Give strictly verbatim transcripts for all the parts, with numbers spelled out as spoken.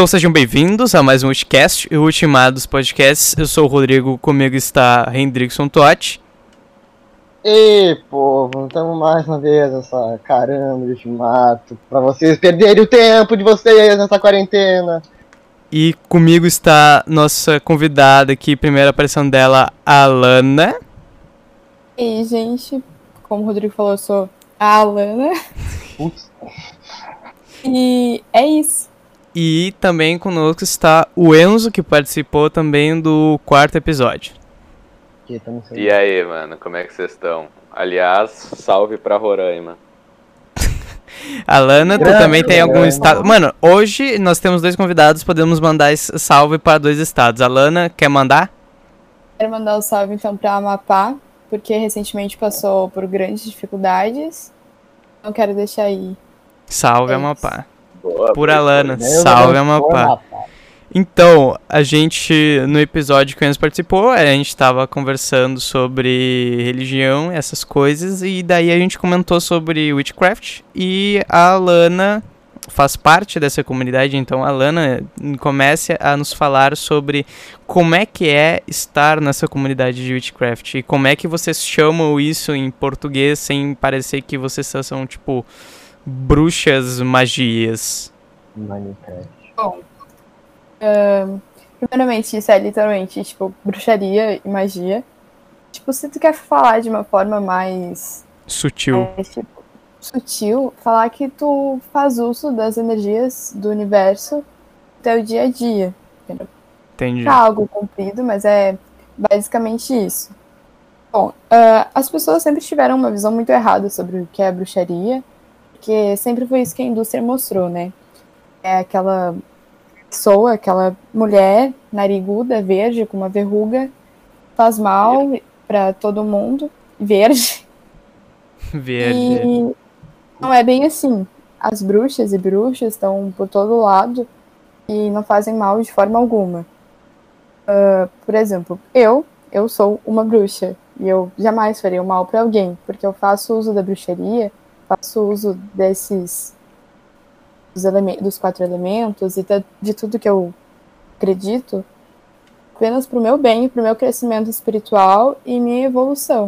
Então sejam bem-vindos a mais um Ulticast, o ultimado dos podcasts. Eu sou o Rodrigo, comigo está Hendrickson Totti. Ei, povo, estamos mais uma vez nessa caramba de ultimato, pra vocês perderem o tempo de vocês nessa quarentena. E comigo está nossa convidada aqui, primeira aparição dela, Alana. E aí, gente, como o Rodrigo falou, eu sou a Alana. Putz. E é isso. E também conosco está o Enzo, que participou também do quarto episódio. Que tamo sem- E aí, mano, como é que vocês estão? Aliás, salve pra Roraima. Alana, tu Grande, também tem algum Roraima. estado... Mano, hoje nós temos dois convidados, podemos mandar esse salve para dois estados. Alana, quer mandar? Quero mandar um salve então pra Amapá, porque recentemente passou por grandes dificuldades. Não quero deixar aí. Salve, É Amapá. Boa, Por boa Alana, Meu salve, Deus, Amapá. rapaz. Então, a gente, no episódio que o Enzo participou, a gente tava conversando sobre religião, essas coisas, e daí a gente comentou sobre Witchcraft, e a Alana faz parte dessa comunidade, então a Alana comece a nos falar sobre como é que é estar nessa comunidade de Witchcraft, e como é que vocês chamam isso em português, sem parecer que vocês são, tipo, bruxas magias. Minecraft. Bom, ahn, primeiramente, isso é literalmente, tipo, bruxaria e magia. Tipo, se tu quer falar de uma forma mais, Sutil. é, tipo, sutil, falar que tu faz uso das energias do universo no teu dia a dia. Entendi. É algo comprido, mas é basicamente isso. Bom, ah, as pessoas sempre tiveram uma visão muito errada sobre o que é bruxaria, porque sempre foi isso que a indústria mostrou, né? É aquela pessoa, aquela mulher nariguda, verde, com uma verruga, faz mal pra todo mundo, verde. Verde. E não é bem assim. As bruxas e bruxas estão por todo lado e não fazem mal de forma alguma. Ah, por exemplo, eu, eu sou uma bruxa e eu jamais faria o mal pra alguém, porque eu faço uso da bruxaria, faço uso desses dos, elemen- dos quatro elementos e da- de tudo que eu acredito apenas pro meu bem, pro meu crescimento espiritual e minha evolução.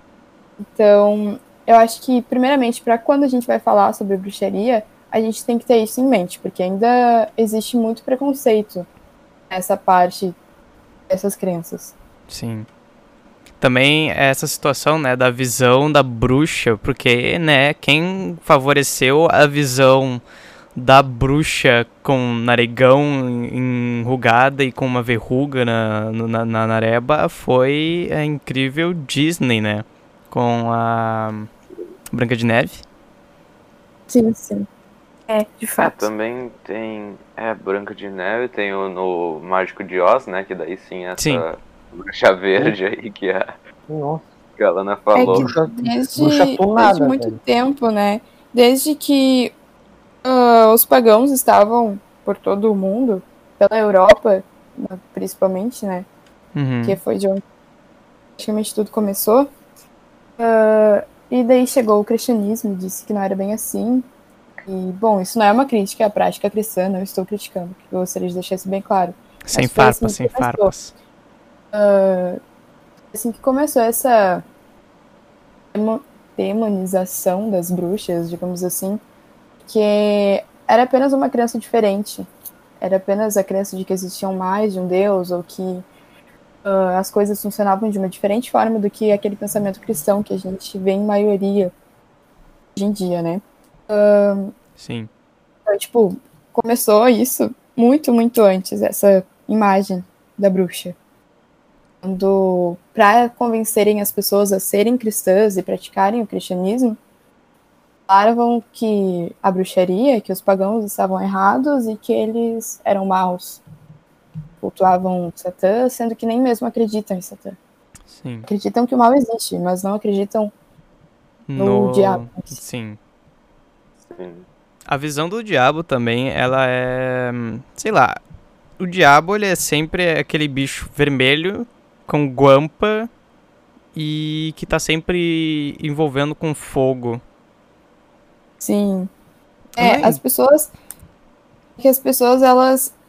Então, eu acho que, primeiramente, para quando a gente vai falar sobre bruxaria, a gente tem que ter isso em mente, porque ainda existe muito preconceito nessa parte dessas crenças. Sim. Também essa situação, né, da visão da bruxa, porque, né, quem favoreceu a visão da bruxa com narigão enrugada e com uma verruga na, no- na, na nareba foi a incrível Disney, né, com a Branca de Neve. Sim, sim. É, de É, fato. também tem é, Branca de Neve, tem o no Mágico de Oz, né? Que daí sim essa Sim. bruxa verde aí que a, Nossa, que a Alana É falou. que bruxa, desde, bruxa tunada, desde muito velho. tempo, né? Desde que ah, os pagãos estavam por todo o mundo, pela Europa, né, principalmente, né? Uhum. Que foi de onde praticamente tudo começou. Ah, e daí chegou o cristianismo e disse que não era bem assim. E, bom, isso não é uma crítica à prática cristã, não estou criticando, que eu gostaria de deixar isso bem claro. Sem Mas foi assim farpas, que sem começou. farpas. Assim que começou essa demo- demonização das bruxas, digamos assim, que era apenas uma crença diferente. Era apenas a crença de que existiam mais de um deus, ou que ah, as coisas funcionavam de uma diferente forma do que aquele pensamento cristão que a gente vê em maioria hoje em dia, né? Sim. Então, tipo, começou isso muito, muito antes, essa imagem da bruxa. Quando, para convencerem as pessoas a serem cristãs e praticarem o cristianismo, falavam que a bruxaria, que os pagãos estavam errados e que eles eram maus. Cultuavam Satã, sendo que nem mesmo acreditam em Satã. Sim. Acreditam que o mal existe, mas não acreditam No diabo. Sim. Sim. A visão do diabo também, ela é... Sei lá. O diabo, ele é sempre aquele bicho vermelho, com guampa, e que tá sempre envolvendo com fogo. Sim. Também. É, as pessoas... Que as pessoas, elas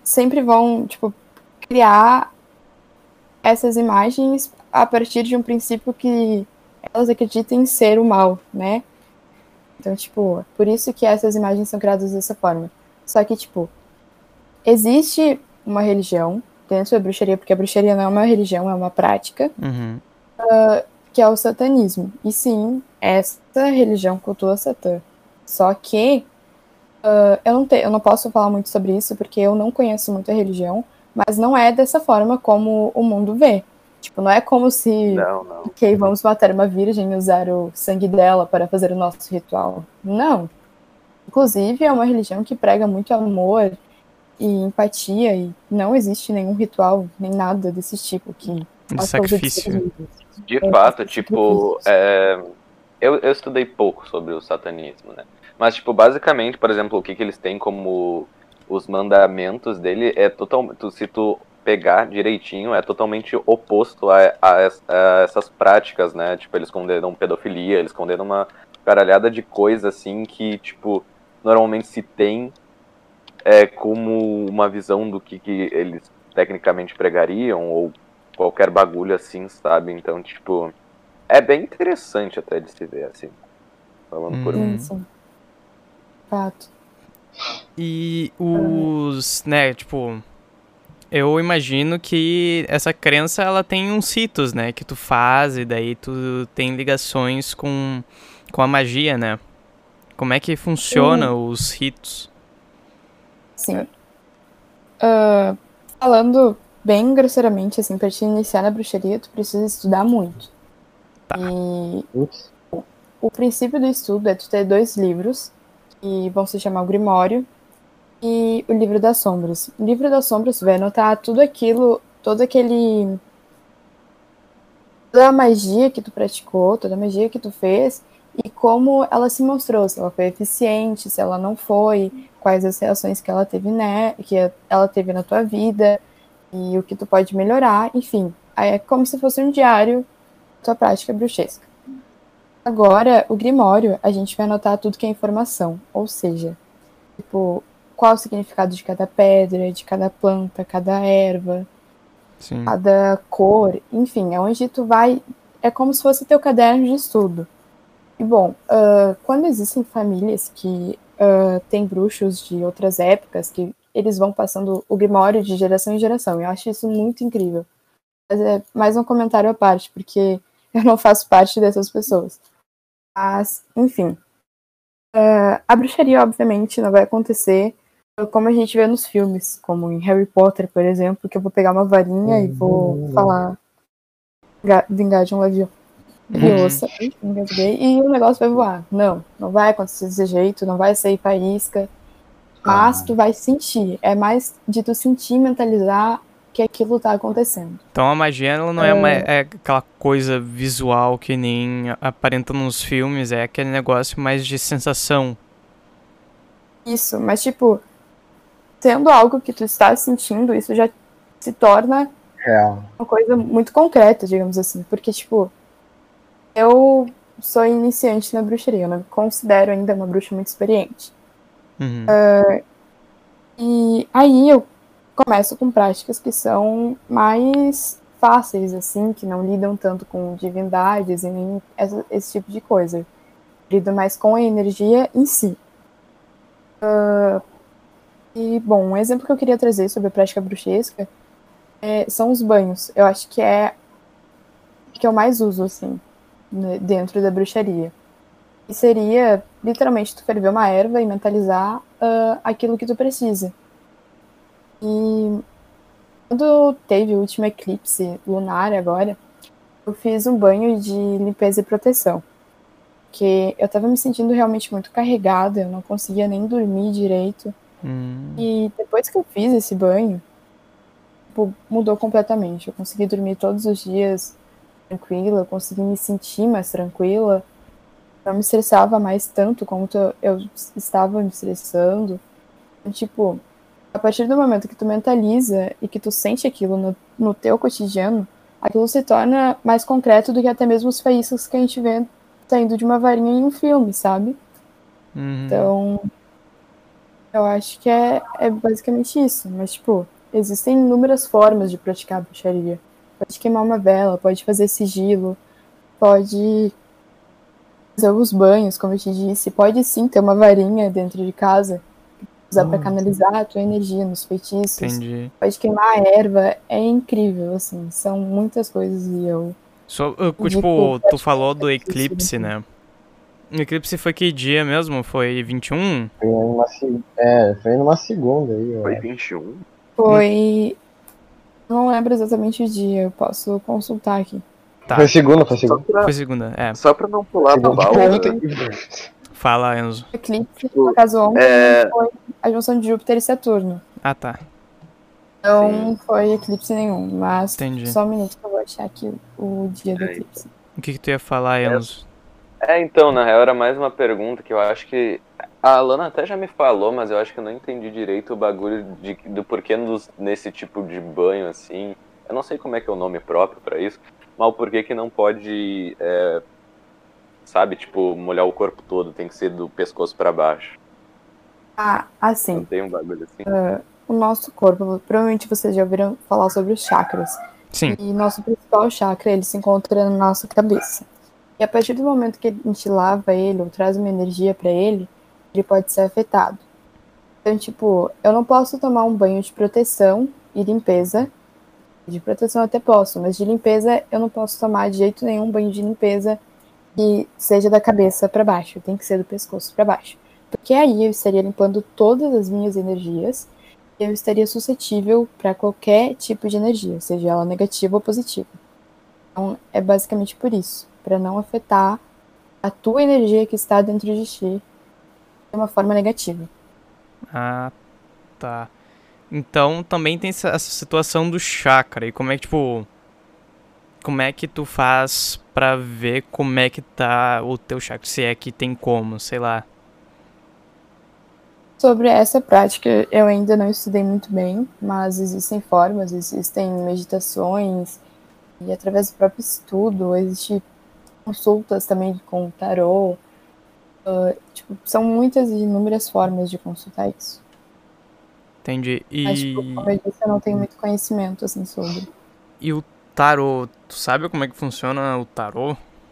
sempre vão, tipo, criar essas imagens a partir de um princípio que elas acreditem ser o mal, né? Então, tipo, por isso que essas imagens são criadas dessa forma. Só que, tipo, existe uma religião dentro da bruxaria, porque a bruxaria não é uma religião, é uma prática, Uhum. uh, que é o satanismo. E sim, essa religião cultua Satã. Só que uh, eu, não te, eu não posso falar muito sobre isso, porque eu não conheço muito a religião, mas não é dessa forma como o mundo vê. Tipo, não é como se, Não, não. ok, vamos matar uma virgem e usar o sangue dela para fazer o nosso ritual. Não. Inclusive, é uma religião que prega muito amor e empatia, e não existe nenhum ritual, nem nada desse tipo que De faça uso de seres sacrifício. vivos. De É, fato, de tipo, sacrifícios. é, eu, eu estudei pouco sobre o satanismo, né? Mas, tipo, basicamente, por exemplo, o que, que eles têm como os mandamentos dele é totalmente, se tu pegar direitinho, é totalmente oposto a, a, es- a essas práticas, né? Tipo, eles condenam pedofilia, eles condenam uma caralhada de coisa, assim, que, tipo, normalmente se tem é, como uma visão do que, que eles tecnicamente pregariam, ou qualquer bagulho assim, sabe? Então, tipo, é bem interessante até de se ver, assim, falando por mim. Sim, Uhum. sim. Fato. E os, né, tipo, eu imagino que essa crença ela tem uns ritos, né, que tu faz e daí tu tem ligações com, com a magia, né? Como é que funciona os ritos? Sim. Ah, falando bem grosseiramente, assim, pra te iniciar na bruxaria, tu precisa estudar muito. E Putz. o princípio do estudo é tu ter dois livros, que vão se chamar o Grimório e o Livro das Sombras. O Livro das Sombras, tu vai anotar tudo aquilo, todo aquele... toda a magia que tu praticou, toda a magia que tu fez, e como ela se mostrou, se ela foi eficiente, se ela não foi, quais as reações que ela teve, né, que ela teve na tua vida, e o que tu pode melhorar, enfim. Aí é como se fosse um diário da tua prática bruxesca. Agora, o Grimório, a gente vai anotar tudo que é informação, ou seja, tipo, qual o significado de cada pedra, de cada planta, cada erva, Sim. cada cor, enfim, é onde tu vai, é como se fosse teu caderno de estudo. E bom, uh, quando existem famílias que uh, têm bruxos de outras épocas, que eles vão passando o Grimório de geração em geração, eu acho isso muito incrível. Mas é mais um comentário à parte, porque eu não faço parte dessas pessoas. Mas, enfim. Uh, a bruxaria, obviamente, não vai acontecer como a gente vê nos filmes, como em Harry Potter, por exemplo, que eu vou pegar uma varinha e vou falar vingar de um leviosa, engasguei, e o negócio vai voar. Não, não vai acontecer desse jeito, não vai sair faísca, mas tu vai sentir. É mais de tu sentir, mentalizar que aquilo tá acontecendo. Então a magia ela não é, uma, é aquela coisa visual que nem aparenta nos filmes, é aquele negócio mais de sensação. Isso, mas tipo, sendo algo que tu está sentindo, isso já se torna Real. uma coisa muito concreta, digamos assim. Porque, tipo, eu sou iniciante na bruxaria, eu não me considero ainda uma bruxa muito experiente. Uhum. Uh, e aí eu começo com práticas que são mais fáceis, assim, que não lidam tanto com divindades e nem essa, esse tipo de coisa. Lido mais com a energia em si. Uh, e, bom, um exemplo que eu queria trazer sobre a prática bruxesca é, são os banhos. Eu acho que é o que eu mais uso, assim, dentro da bruxaria. E seria, literalmente, tu ferver uma erva e mentalizar uh, aquilo que tu precisa. E quando teve o último eclipse lunar agora, eu fiz um banho de limpeza e proteção. Porque eu tava me sentindo realmente muito carregada, eu não conseguia nem dormir direito. Hum. E depois que eu fiz esse banho, tipo, mudou completamente. Eu consegui dormir todos os dias tranquila, eu consegui me sentir mais tranquila. Não me estressava mais tanto como eu estava me estressando. Então, tipo, a partir do momento que tu mentaliza e que tu sente aquilo no, no teu cotidiano, aquilo se torna mais concreto do que até mesmo os faíscas que a gente vê saindo de uma varinha em um filme, sabe? Uhum. Então, Eu acho que é, é basicamente isso. Mas, tipo, existem inúmeras formas de praticar a bruxaria. Pode queimar uma vela, pode fazer sigilo, pode fazer os banhos, como eu te disse. Pode sim ter uma varinha dentro de casa, usar pra canalizar a tua energia nos feitiços. Entendi. Pode queimar a erva. É incrível, assim. São muitas coisas e eu Só, eu, indico tipo, tu praticar falou do feitiço, eclipse, assim. né? O eclipse foi que dia mesmo? Foi vinte e um? Foi numa, se- é, foi numa segunda aí, eu Foi acho. vinte e um? Foi. Não lembro exatamente o dia, eu posso consultar aqui. Foi Tá, segunda, foi Só segunda. pra, foi segunda, é. só pra não Foi pular a segunda. Tipo, pauta, ontem. Fala, Enzo. O eclipse, Tipo, no caso ontem, é... foi a junção de Júpiter e Saturno. Ah, tá. Não Sim, foi eclipse nenhum, mas Entendi. só um minuto que eu vou achar aqui o, o dia do é, eclipse. O que que tu ia falar, Enzo? é, então, na real era mais uma pergunta que eu acho que a Alana até já me falou, mas eu acho que eu não entendi direito o bagulho de, do porquê nos, nesse tipo de banho, assim. Eu não sei como é que é o nome próprio pra isso, mas o porquê que não pode, é, sabe, tipo, molhar o corpo todo, tem que ser do pescoço pra baixo. Ah, Não assim, tem um bagulho assim? o nosso corpo, provavelmente vocês já ouviram falar sobre os chakras. Sim, E nosso principal chakra, ele se encontra na nossa cabeça. E a partir do momento que a gente lava ele ou traz uma energia pra ele, ele pode ser afetado. Então, tipo, eu não posso tomar um banho de proteção e limpeza. De proteção eu até posso, mas de limpeza eu não posso tomar de jeito nenhum banho de limpeza que seja da cabeça para baixo. Tem que ser do pescoço para baixo. Porque aí eu estaria limpando todas as minhas energias e eu estaria suscetível para qualquer tipo de energia, seja ela negativa ou positiva. Então, é basicamente por isso, para não afetar a tua energia que está dentro de ti de uma forma negativa. ah, tá. Então também tem essa, essa situação do chakra. E como é que, tipo. Como é que tu faz pra ver como é que tá o teu chakra? Se é que tem como, sei lá. Sobre essa prática, eu ainda não estudei muito bem, mas existem formas, existem meditações, e através do próprio estudo, existem consultas também com o tarô. Uh, tipo, são muitas e inúmeras formas de consultar isso. Entendi. Mas, tipo, E. como eu disse, eu não tenho muito conhecimento, assim, sobre. E o tarô? Tu sabe como é que funciona o tarô?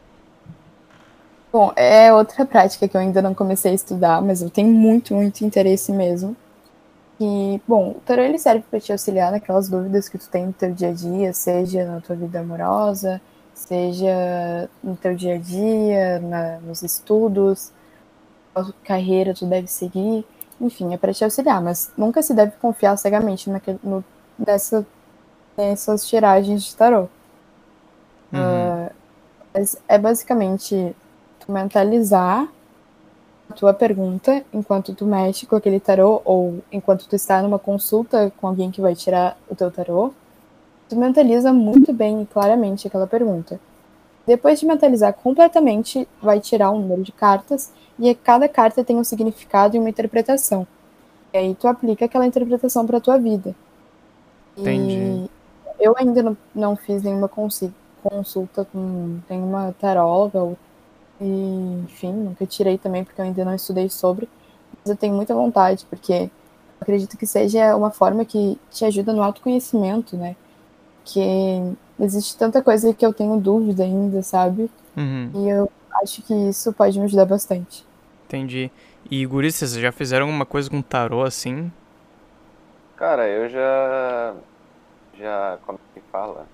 Bom, é outra prática que eu ainda não comecei a estudar, mas eu tenho muito, muito interesse mesmo. E, bom, o tarô ele serve para te auxiliar naquelas dúvidas que tu tem no teu dia a dia, seja na tua vida amorosa, seja no teu dia a dia, na, nos estudos, qual carreira tu deve seguir. Enfim, é para te auxiliar, mas nunca se deve confiar cegamente naquele, no, nessa, nessas tiragens de tarô. Uhum. Mas é basicamente tu mentalizar a tua pergunta enquanto tu mexe com aquele tarô ou enquanto tu está numa consulta com alguém que vai tirar o teu tarô, tu mentaliza muito bem e claramente aquela pergunta. Depois de mentalizar completamente, vai tirar um número de cartas e cada carta tem um significado e uma interpretação. E aí tu aplica aquela interpretação para tua vida. Entendi. E eu ainda não, não fiz nenhuma consulta com nenhuma taróloga ou e, enfim, nunca tirei também porque eu ainda não estudei sobre, mas eu tenho muita vontade, porque eu acredito que seja uma forma que te ajuda no autoconhecimento, né? Que existe tanta coisa que eu tenho dúvida ainda, sabe? Uhum. E eu acho que isso pode me ajudar bastante. Entendi. E guris, vocês já fizeram alguma coisa com tarô assim? Cara, eu já. Já. Como é que fala?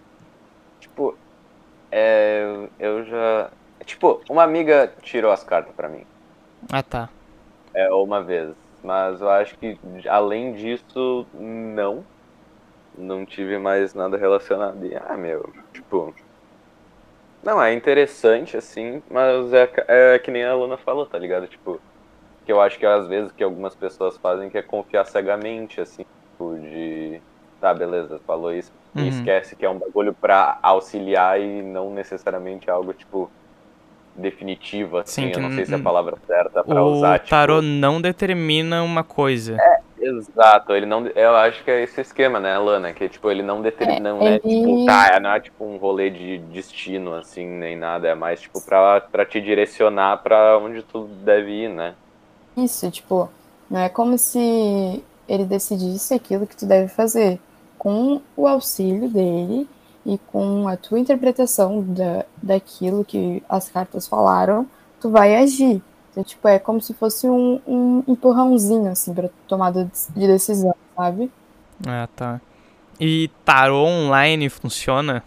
Tipo, é, eu eu já. Tipo, uma amiga tirou as cartas pra mim. Ah, tá. É, uma vez. Mas eu acho que, além disso, não. Não tive mais nada relacionado. E, ah, meu, tipo. Não, é interessante, assim, mas é, é que nem a Luna falou, tá ligado? Tipo, que eu acho que às vezes que algumas pessoas fazem que é confiar cegamente, assim, tipo, de. Tá, beleza, falou isso. E Uhum. esquece que é um bagulho pra auxiliar e não necessariamente algo, tipo, definitivo, Sim, assim. que Eu não sei se é a n- palavra certa pra o usar, tarô tipo. não determina uma coisa. Exato, ele não. Eu acho que é esse esquema, né, Lana? Que tipo, ele não É, determina, não é tipo, ele. tá, não é tipo um rolê de destino, assim, nem nada. É mais tipo pra, pra te direcionar pra onde tu deve ir, né? Isso, tipo, Não é como se ele decidisse aquilo que tu deve fazer. Com o auxílio dele e com a tua interpretação da, daquilo que as cartas falaram, tu vai agir. Então, tipo, é como se fosse um, um empurrãozinho, assim, pra tomada de decisão, sabe? Ah, tá. E tarô online funciona?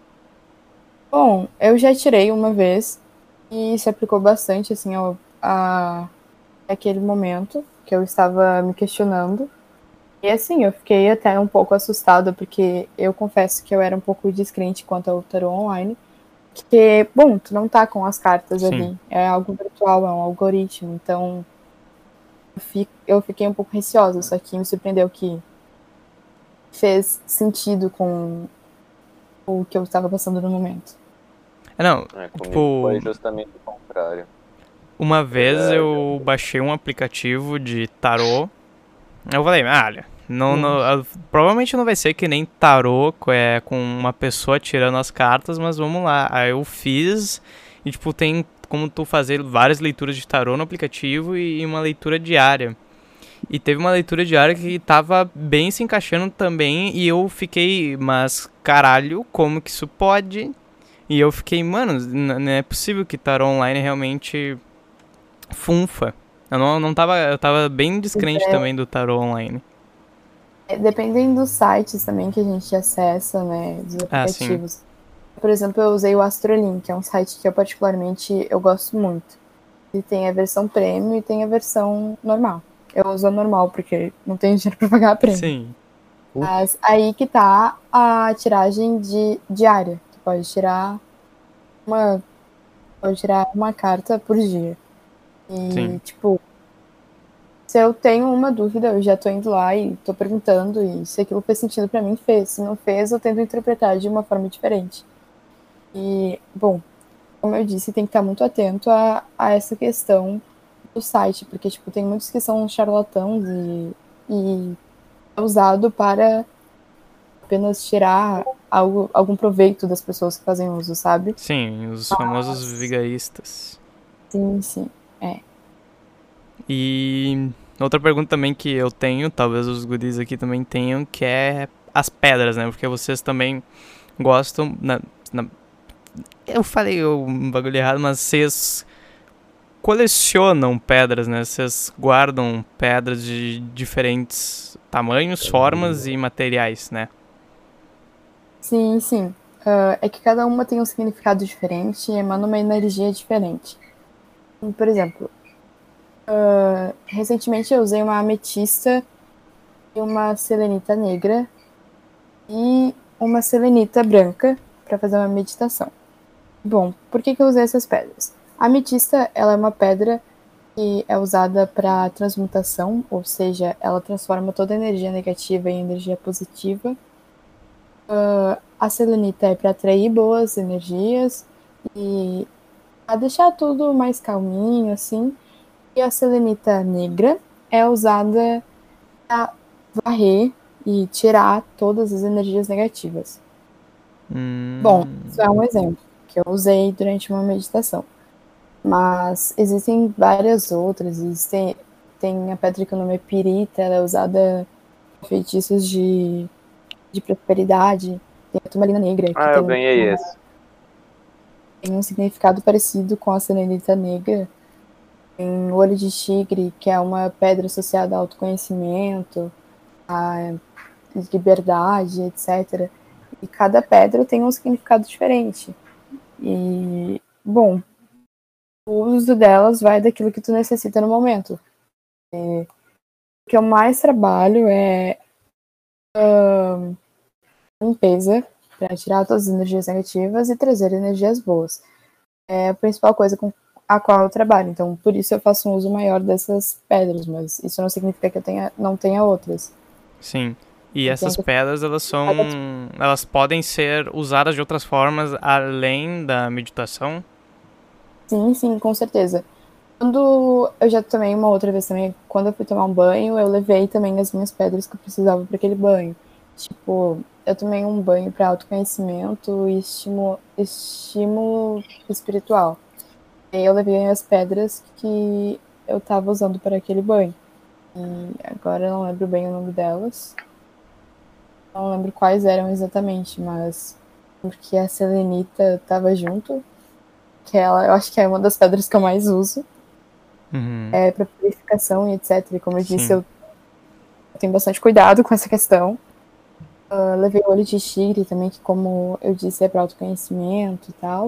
Bom, eu já tirei uma vez e se aplicou bastante, assim, ao, a, aquele momento que eu estava me questionando. E assim, eu fiquei até um pouco assustada, porque eu confesso que eu era um pouco descrente quanto ao tarô online. Porque, bom, tu não tá com as cartas Sim. ali. É algo virtual, é um algoritmo. Então, eu, fico, eu fiquei um pouco receosa, só que me surpreendeu que fez sentido com o que eu estava passando no momento. Não, É, comigo tipo, foi justamente o contrário. uma Eu vez já, eu baixei um aplicativo de tarô. Eu falei, ah, olha, não, não, ah, provavelmente não vai ser que nem tarô, é, com uma pessoa tirando as cartas, mas vamos lá. Aí eu fiz e, tipo, tem como tu fazer várias leituras de tarô no aplicativo e uma leitura diária. E teve uma leitura diária que tava bem se encaixando também e eu fiquei, mas caralho, como que isso pode? E eu fiquei, mano, n- não é possível que tarô online realmente funfa. Eu não, não tava, eu tava bem descrente também do tarô online. É, dependendo dos sites também que a gente acessa, né, dos Ah, sim. aplicativos. Por exemplo, eu usei o Astrolink, que é um site que eu particularmente eu gosto muito. Ele tem a versão premium e tem a versão normal. Eu uso a normal porque não tenho dinheiro para pagar a premium. Sim. Mas aí que tá a tiragem de, diária. Tu pode tirar uma, pode tirar uma carta por dia. E, Sim. tipo, se eu tenho uma dúvida, eu já tô indo lá e tô perguntando, e se aquilo fez sentido para mim, fez. Se não fez, eu tento interpretar de uma forma diferente. E, bom, como eu disse, tem que estar muito atento a, a essa questão do site, porque, tipo, tem muitos que são charlatãos e, e é usado para apenas tirar algo, algum proveito das pessoas que fazem uso, sabe? Sim, os famosos vigaristas. Sim, sim. É. E outra pergunta também que eu tenho, talvez os guris aqui também tenham, que é as pedras, né? Porque vocês também gostam. Na, na, eu falei um bagulho errado, mas vocês colecionam pedras, né? Vocês guardam pedras de diferentes tamanhos, formas e materiais, né? Sim, sim. Uh, é que cada uma tem um significado diferente e emana uma energia diferente. Por exemplo, uh, recentemente eu usei uma ametista e uma selenita negra e uma selenita branca para fazer uma meditação. Bom, por que, que eu usei essas pedras? A ametista, ela é uma pedra que é usada para transmutação, ou seja, ela transforma toda a energia negativa em energia positiva. Uh, a selenita é para atrair boas energias e a deixar tudo mais calminho, assim. E a selenita negra é usada para varrer e tirar todas as energias negativas. Bom, isso Hum, é um exemplo que eu usei durante uma meditação. Mas existem várias outras. Existem, tem a pedra que o nome é pirita, ela é usada em feitiços de, de prosperidade. Tem a turmalina negra, que ah, eu tem, ganhei esse. tem um significado parecido com a selenita negra. Tem o olho de tigre, que é uma pedra associada ao autoconhecimento, à liberdade, etcétera. E cada pedra tem um significado diferente. E, bom, o uso delas vai daquilo que tu necessita no momento. É, o que eu mais trabalho é uh, limpeza, para tirar todas as energias negativas e trazer energias boas. É a principal coisa com a qual eu trabalho. Então, por isso eu faço um uso maior dessas pedras, mas isso não significa que eu tenha, não tenha outras. sim. E Eu tenho essas que... pedras, elas são. Elas podem ser usadas de outras formas além da meditação? Sim, sim, com certeza. Quando eu já tomei uma outra vez também, quando eu fui tomar um banho, eu levei também as minhas pedras que eu precisava para aquele banho. Tipo, eu tomei um banho para autoconhecimento e estímulo, estímulo espiritual. E aí eu levei as pedras que eu estava usando para aquele banho. E agora eu não lembro bem o nome delas. Não lembro quais eram exatamente, mas porque a selenita tava junto, que ela, eu acho que é uma das pedras que eu mais uso, Uhum. é para purificação e etcétera. E como eu disse, Sim. eu tenho bastante cuidado com essa questão. Uh, levei o olho de tigre também, que como eu disse, é para autoconhecimento e tal.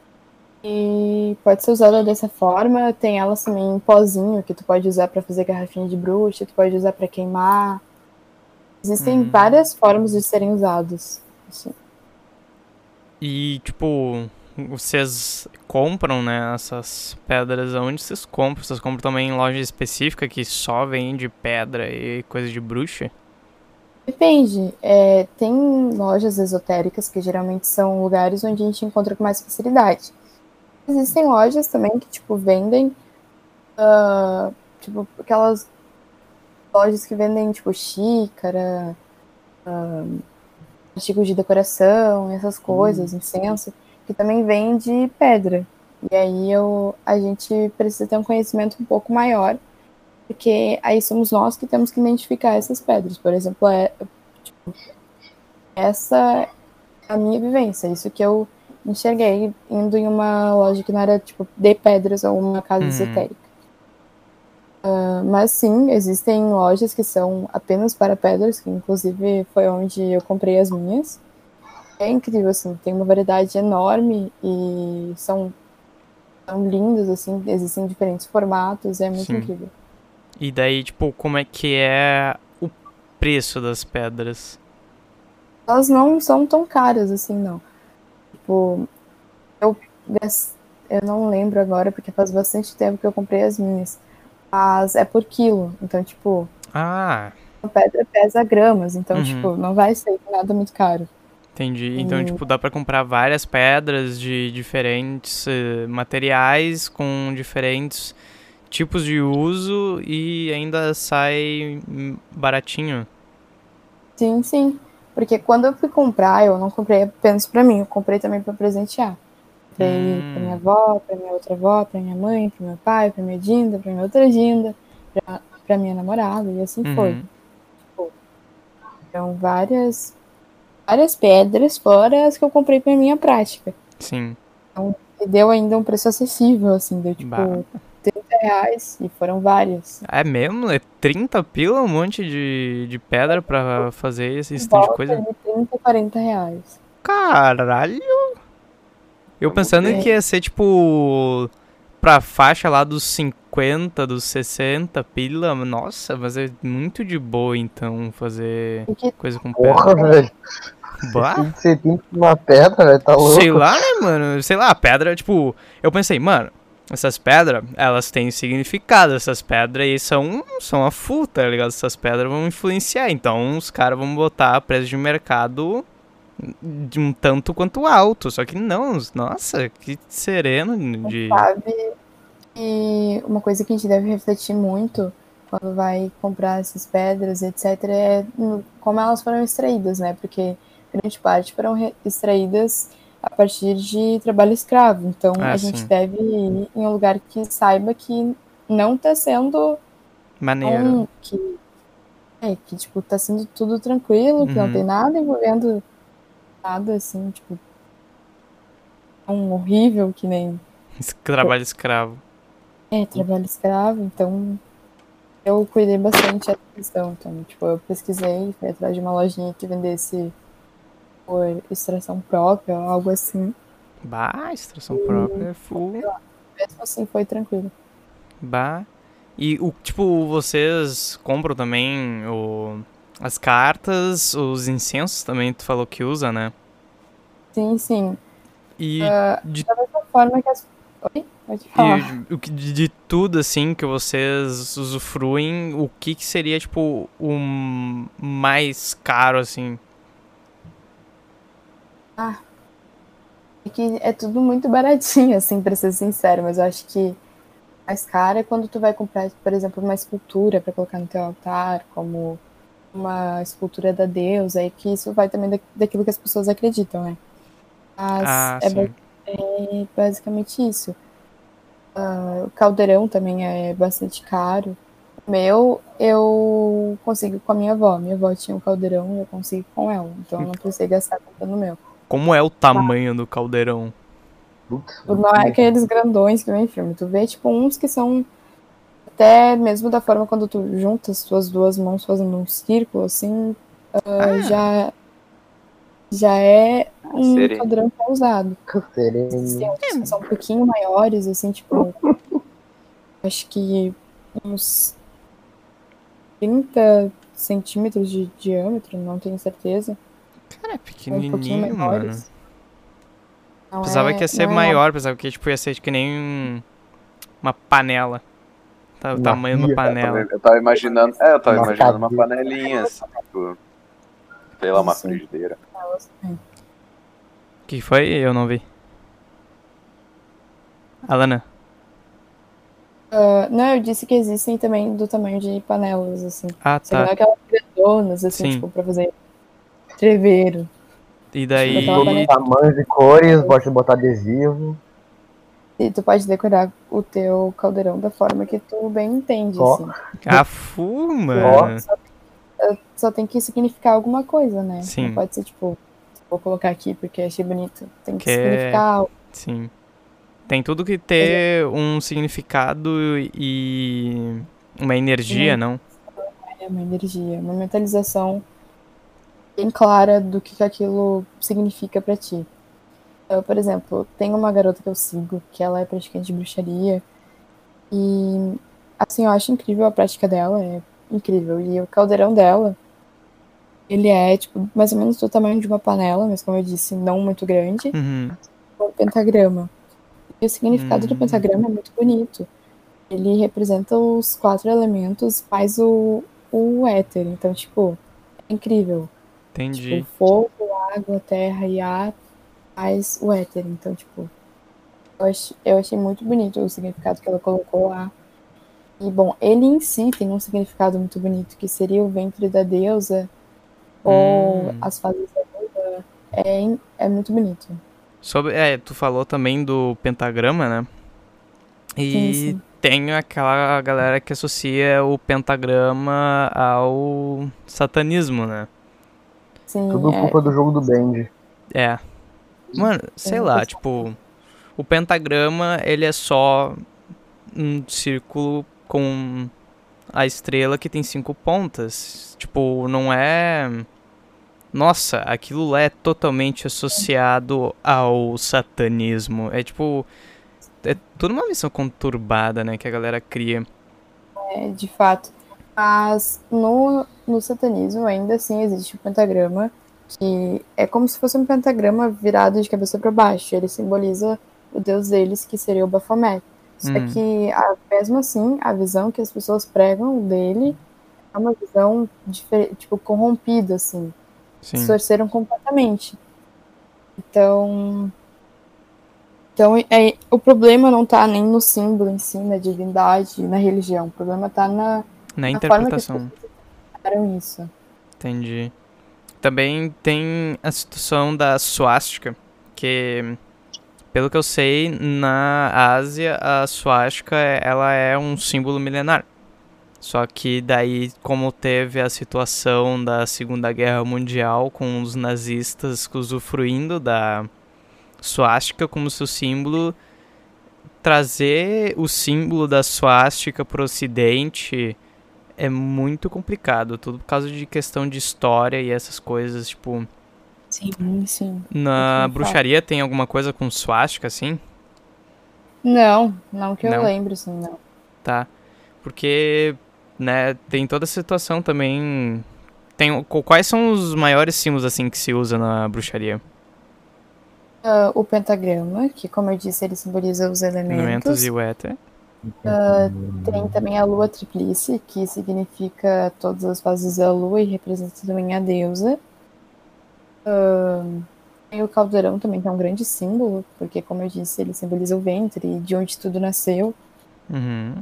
E pode ser usada dessa forma. Tem elas também em pozinho, que tu pode usar para fazer garrafinha de bruxa, tu pode usar para queimar. Existem Hum. várias formas de serem usados. Assim. E, tipo, vocês compram, né, essas pedras onde vocês compram? Vocês compram também em loja específica que só vende pedra e coisa de bruxa? Depende. É, tem lojas esotéricas que geralmente são lugares onde a gente encontra com mais facilidade. Existem lojas também que, tipo, vendem uh, tipo, aquelas lojas que vendem, tipo, xícara, uh, artigos de decoração, essas coisas, Hum. incenso, que também vende pedra. E aí eu, a gente precisa ter um conhecimento um pouco maior, porque aí somos nós que temos que identificar essas pedras. Por exemplo, é, tipo, essa é a minha vivência, isso que eu enxerguei indo em uma loja que não era tipo de pedras ou uma casa Uhum. esotérica. Uh, mas sim, existem lojas que são apenas para pedras, que inclusive foi onde eu comprei as minhas. É incrível, assim, tem uma variedade enorme e são, são lindas, assim, existem diferentes formatos, é muito Sim. incrível. E daí, tipo, como é que é o preço das pedras? Elas não são tão caras, assim, não. Tipo, eu, eu não lembro agora, porque faz bastante tempo que eu comprei as minhas. Mas é por quilo, então, tipo, Ah, a pedra pesa gramas, então, uhum. tipo, não vai ser nada muito caro. Entendi. E Então, tipo, dá pra comprar várias pedras de diferentes uh, materiais com diferentes tipos de uso e ainda sai baratinho. sim, sim. Porque quando eu fui comprar, eu não comprei apenas pra mim, eu comprei também pra presentear. Comprei pra minha Hum. avó, pra minha outra avó, pra minha mãe, pro meu pai, pra minha Dinda, pra minha outra Dinda, pra, pra minha namorada, e assim foi. Uhum. Tipo, eram várias, várias pedras, fora as que eu comprei pra minha prática. Sim. Então, e deu ainda um preço acessível, assim, deu Bah. tipo trinta reais, e foram várias. É mesmo? É trinta pila um monte de, de pedra pra fazer esse, esse tanto de Volta coisa? de trinta, quarenta reais. Caralho! Eu É muito pensando bem. que ia ser tipo pra faixa lá dos cinquenta, dos sessenta pila. Nossa, mas é muito de boa então fazer Porque coisa com Porra, pedra. velho. Bah? Você tem uma pedra, velho, tá Sei louco? lá, né, mano? Sei lá, a pedra, tipo, eu pensei, mano, essas pedras, elas têm significado, essas pedras aí são, são a full, tá ligado? Essas pedras vão influenciar, então os caras vão botar preço de mercado de um tanto quanto alto, só que não, nossa, que sereno de... sabe, e uma coisa que a gente deve refletir muito quando vai comprar essas pedras, etcétera, é como elas foram extraídas, né? Porque grande parte foram extraídas a partir de trabalho escravo. Então, Ah, a gente sim, deve ir em um lugar que saiba que não está sendo maneiro. um, que, é, que tipo, tá sendo tudo tranquilo, que não tem Uhum. nada envolvendo nada assim, tipo, tão horrível que nem Trabalho escravo. é, trabalho escravo. Então, eu cuidei bastante dessa questão. Então, tipo, eu pesquisei, fui atrás de uma lojinha que vendesse por extração própria, algo assim. Bah, extração própria é full. Mesmo assim, foi tranquilo. Bah. E, o tipo, vocês compram também o, as cartas, os incensos também, tu falou que usa, né? Sim, sim. E de, Da mesma forma que as. Oi? Pode e falar. o que- de, de tudo, assim, que vocês usufruem, o que que seria, tipo, o mais caro, assim? Ah, é que é tudo muito baratinho, assim, pra ser sincero, mas eu acho que mais caro é quando tu vai comprar, por exemplo, uma escultura pra colocar no teu altar, como uma escultura da deusa, e que isso vai também da, daquilo que as pessoas acreditam, né? Mas Ah, é, sim. é basicamente isso. Uh, o caldeirão também é bastante caro. Meu, eu consigo com a minha avó. Minha avó tinha um caldeirão e eu consigo com ela. Então eu não precisei gastar comprando o meu. Como é o tamanho do caldeirão? Putz, Não é aqueles grandões que vem em filme. Tu vê, tipo, uns que são até mesmo da forma quando tu junta as tuas duas mãos fazendo um círculo, assim, Ah, já, já é um Seria. caldeirão que é usado. cancerene. Existem outros que são um pouquinho maiores, assim, tipo, acho que uns trinta centímetros de diâmetro, não tenho certeza. cara, é Ou um pouquinho pequenininho, mano. menores. Não Pensava é, que ia ser não é maior, pensava que tipo, ia ser que nem um- uma panela. Tá, o Uma tamanho de uma pia. Eu tava, panela. eu tava imaginando. É, eu tava Uma imaginando uma cadeira. panelinha, assim, tipo. Sei lá, uma Assim. frigideira. nada. O que foi? Eu não vi. Alana. Ah, não, eu disse que existem também do tamanho de panelas, assim. Ah, Só que não tá. é aquelas grandonas, assim, Sim. tipo, pra fazer treveiro. E Tipo, daí. aquela Todos os tamanhos e cores, pode botar adesivo. E tu pode decorar o teu caldeirão da forma que tu bem entende, Ó. assim. Ah, fu, Ó. mano. Só, só tem que significar alguma coisa, né? Sim. Não pode ser, tipo, vou colocar aqui porque achei bonito. Tem que Que é- significar algo. Sim. Tem tudo que ter um significado e uma energia, Sim. não? É uma energia, uma mentalização bem clara do que, que aquilo significa pra ti. Eu, por exemplo, tem uma garota que eu sigo, que ela é praticante de bruxaria. E, assim, eu acho incrível a prática dela, é incrível. E o caldeirão dela, ele é, tipo, mais ou menos do tamanho de uma panela, mas como eu disse, não muito grande, Uhum. um pentagrama. E o significado do Hum. pentagrama é muito bonito. Ele representa os quatro elementos mais o, o éter. Então, tipo, é incrível. Entendi. Tipo, fogo, água, terra e ar, mais o éter. Então, tipo, eu achei, eu achei muito bonito o significado que ela colocou lá. E, bom, ele em si tem um significado muito bonito, que seria o ventre da deusa, ou Hum. as fases da lua. É, é muito bonito. Sobre, é, tu falou também do pentagrama, né? E Sim, sim. tem aquela galera que associa o pentagrama ao satanismo, né? Sim, Tudo é, culpa do jogo do Band. É. Mano, sei uma lá, questão. tipo, o pentagrama, ele é só um círculo com a estrela que tem cinco pontas. Tipo, não é... Nossa, aquilo lá é totalmente associado ao satanismo. É tipo... É tudo uma missão conturbada, né, que a galera cria. É, de fato. Mas no, no satanismo ainda assim existe o pentagrama, que é como se fosse um pentagrama virado de cabeça para baixo. Ele simboliza o deus deles, que seria o Baphomet. Só Hum. que, a, mesmo assim, a visão que as pessoas pregam dele é uma visão difer- tipo, corrompida, assim. Sim. Distorceram completamente. Então, então é, o problema não tá nem no símbolo em si, na divindade, na religião. O problema tá na, Na na forma que as interpretação. pessoas fizeram isso. Entendi. Também tem a situação da suástica, que, pelo que eu sei, na Ásia, a suástica, ela é um símbolo milenar. Só que daí, como teve a situação da Segunda Guerra Mundial, com os nazistas usufruindo da suástica como seu símbolo, trazer o símbolo da suástica para o ocidente é muito complicado, tudo por causa de questão de história e essas coisas, tipo... Sim, sim. Na É que bruxaria tem alguma coisa com suástica, assim? Não, não que eu Não? lembro, assim, não. Tá. Porque, né, tem toda a situação também... Tem, quais são os maiores símbolos, assim, que se usa na bruxaria? Uh, o pentagrama, que como eu disse, ele simboliza os Elementos elementos. e o éter. Tem também a lua tríplice, que significa todas as fases da lua e representa também a deusa. Uh, tem o caldeirão também, que é um grande símbolo, porque como eu disse, ele simboliza o ventre, de onde tudo nasceu. Uhum.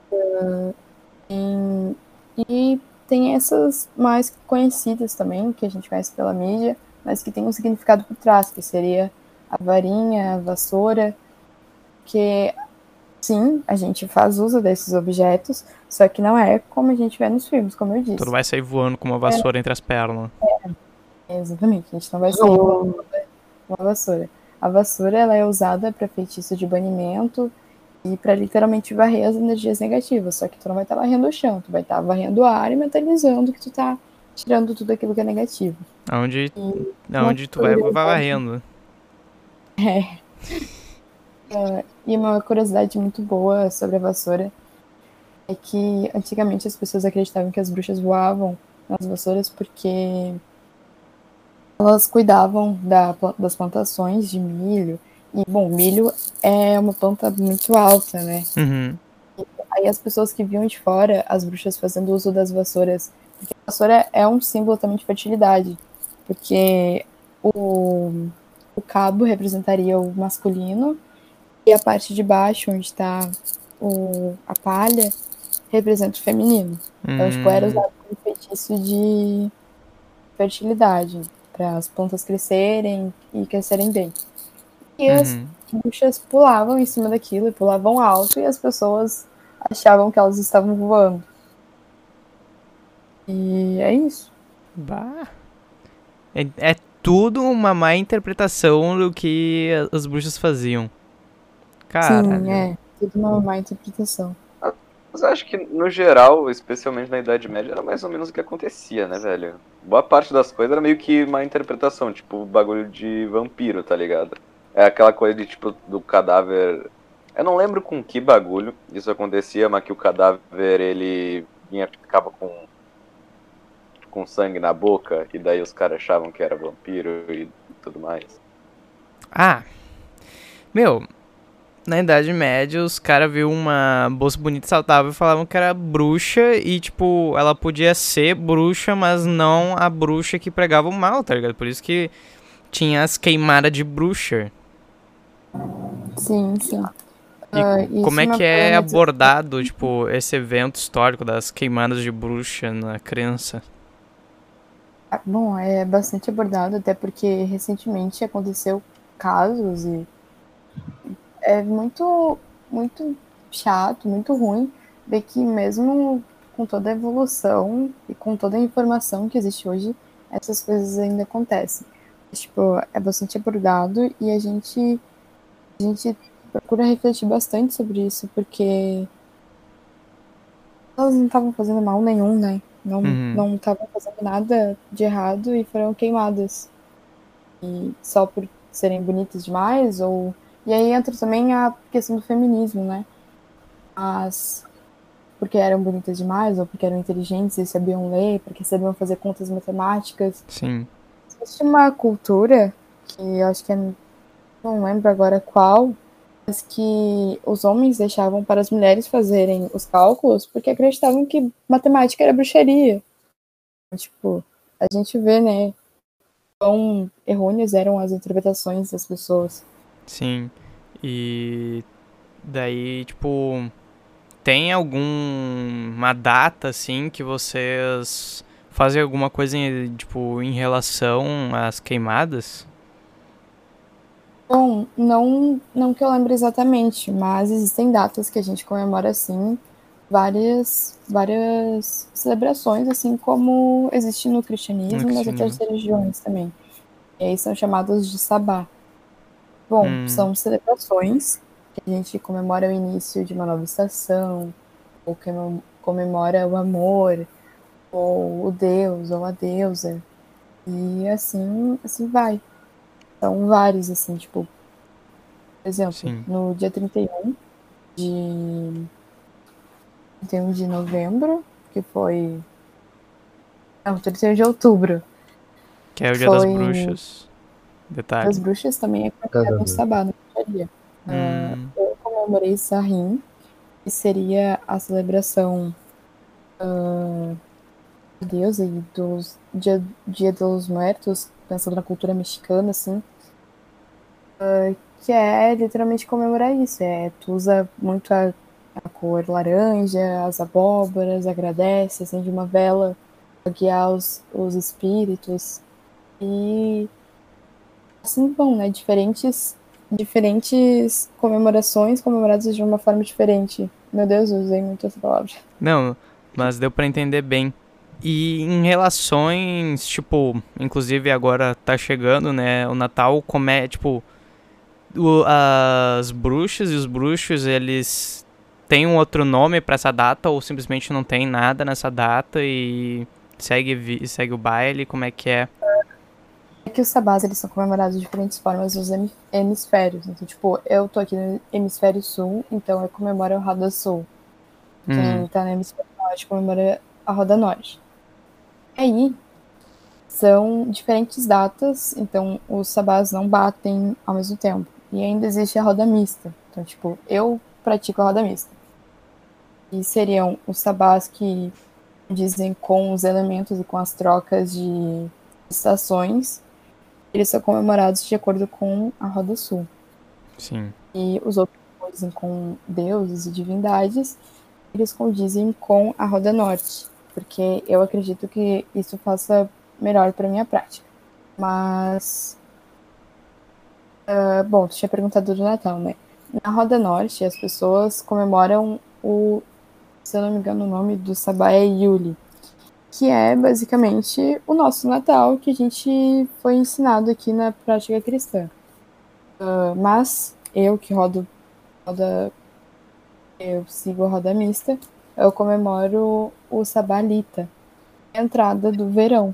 Tem, e tem essas mais conhecidas também, que a gente conhece pela mídia, mas que tem um significado por trás, que seria a varinha, a vassoura, que sim, a gente faz uso desses objetos, só que não é como a gente vê nos filmes, como eu disse. Tu não vai sair voando com uma vassoura entre as pernas. É, exatamente, a gente não vai sair com uma vassoura. A vassoura, ela é usada para feitiço de banimento e para literalmente varrer as energias negativas, só que tu não vai estar varrendo o chão, tu vai estar varrendo o ar e mentalizando que tu tá tirando tudo aquilo que é negativo. Aonde, E aonde tu vai, vai varrendo. É. Uh, e uma curiosidade muito boa sobre a vassoura é que antigamente as pessoas acreditavam que as bruxas voavam nas vassouras porque elas cuidavam da, das plantações de milho. E, bom, milho é uma planta muito alta, né? Uhum. E aí as pessoas que viam de fora as bruxas fazendo uso das vassouras, porque a vassoura é um símbolo também de fertilidade, porque o, o cabo representaria o masculino e a parte de baixo, onde está a palha, representa o feminino. Então, Hum. tipo, era usado como feitiço de fertilidade, para as plantas crescerem e crescerem bem. E as Uhum. bruxas pulavam em cima daquilo, e pulavam alto, e as pessoas achavam que elas estavam voando. E é isso. Bah. É, é tudo uma má interpretação do que as bruxas faziam. Caralho. Sim, é. Tudo uma má interpretação. Mas eu acho que, no geral, especialmente na Idade Média, era mais ou menos o que acontecia, né, velho? Boa parte das coisas era meio que má interpretação, tipo, o bagulho de vampiro, tá ligado? É aquela coisa de, tipo, do cadáver... Eu não lembro com que bagulho isso acontecia, mas que o cadáver, ele vinha, ficava com, com sangue na boca, e daí os caras achavam que era vampiro e tudo mais. Ah. Meu... Na Idade Média, os caras viam uma moça bonita e saudável e falavam que era bruxa e, tipo, ela podia ser bruxa, mas não a bruxa que pregava o mal, tá ligado? Por isso que tinha as queimadas de bruxa. Sim, sim. E uh, como é isso que não é foi abordado, tipo, esse evento histórico das queimadas de bruxa na crença? Ah, bom, é bastante abordado, até porque recentemente aconteceu casos e é muito, muito chato, muito ruim ver que mesmo com toda a evolução e com toda a informação que existe hoje, essas coisas ainda acontecem. Tipo, é bastante abordado e a gente, a gente procura refletir bastante sobre isso, porque elas não estavam fazendo mal nenhum, né? Não Uhum. não estavam fazendo nada de errado e foram queimadas. E só por serem bonitas demais, ou... E aí entra também a questão do feminismo, né? As... Porque eram bonitas demais, ou porque eram inteligentes e sabiam ler, porque sabiam fazer contas matemáticas. Sim. Existe uma cultura, que eu acho que é... não lembro agora qual, mas que os homens deixavam para as mulheres fazerem os cálculos porque acreditavam que matemática era bruxaria. Tipo, a gente vê, né, quão errôneas eram as interpretações das pessoas. Sim. E daí, tipo, tem alguma data, assim, que vocês fazem alguma coisa, em, tipo, em relação às queimadas? Bom, não, não que eu lembre exatamente, mas existem datas que a gente comemora, assim, várias, várias celebrações, assim como existe no cristianismo e nas outras religiões também. E aí são chamadas de sabá. Bom, Hum. são celebrações que a gente comemora o início de uma nova estação, ou que comemora o amor, ou o deus, ou a deusa. E assim, assim vai. São vários, assim, tipo, por exemplo, Sim. no dia trinta e um de, trinta e um de novembro, que foi... Não, trinta e um de outubro. Que é o dia foi... das bruxas. Detalhe. Das bruxas também é considerado um sabá na bruxaria. Hum. Uh, eu comemorei Samhain, que seria a celebração uh, de Deus e dos dia, dia dos Muertos, pensando na cultura mexicana, assim, uh, que é literalmente comemorar isso. É, tu usa muito a, a cor laranja, as abóboras, agradece, acende uma vela para guiar os, os espíritos. E assim vão, né? Diferentes diferentes comemorações comemoradas de uma forma diferente. Meu Deus, eu usei muito essa palavra. Não, mas deu pra entender bem. E em relações, tipo, inclusive agora tá chegando, né, o Natal, como é, tipo, o- as bruxas e os bruxos, eles têm um outro nome pra essa data ou simplesmente não tem nada nessa data e segue, vi- segue o baile, como é que é? É que os sabás, eles são comemorados de diferentes formas nos hemi- hemisférios. Então, tipo, eu tô aqui no hemisfério sul, então eu comemoro a Roda Sul. Hum, Quem tá no hemisfério norte comemora a Roda Norte. Aí, são diferentes datas, então os sabás não batem ao mesmo tempo. E ainda existe a roda mista. Então, tipo, eu pratico a roda mista. E seriam os sabás que dizem com os elementos e com as trocas de estações. Eles são comemorados de acordo com a roda sul. sim. E os outros condizem com deuses e divindades, eles condizem com a roda norte. Porque eu acredito que isso faça melhor para minha prática. Mas bom, tu tinha perguntado do Natal, né? Na Roda Norte, as pessoas comemoram o, se eu não me engano, o nome do sabá é Yule, que é basicamente o nosso Natal que a gente foi ensinado aqui na prática cristã. Uh, mas eu que rodo, roda, eu sigo a roda mista, eu comemoro o sabá Lita, a entrada do verão.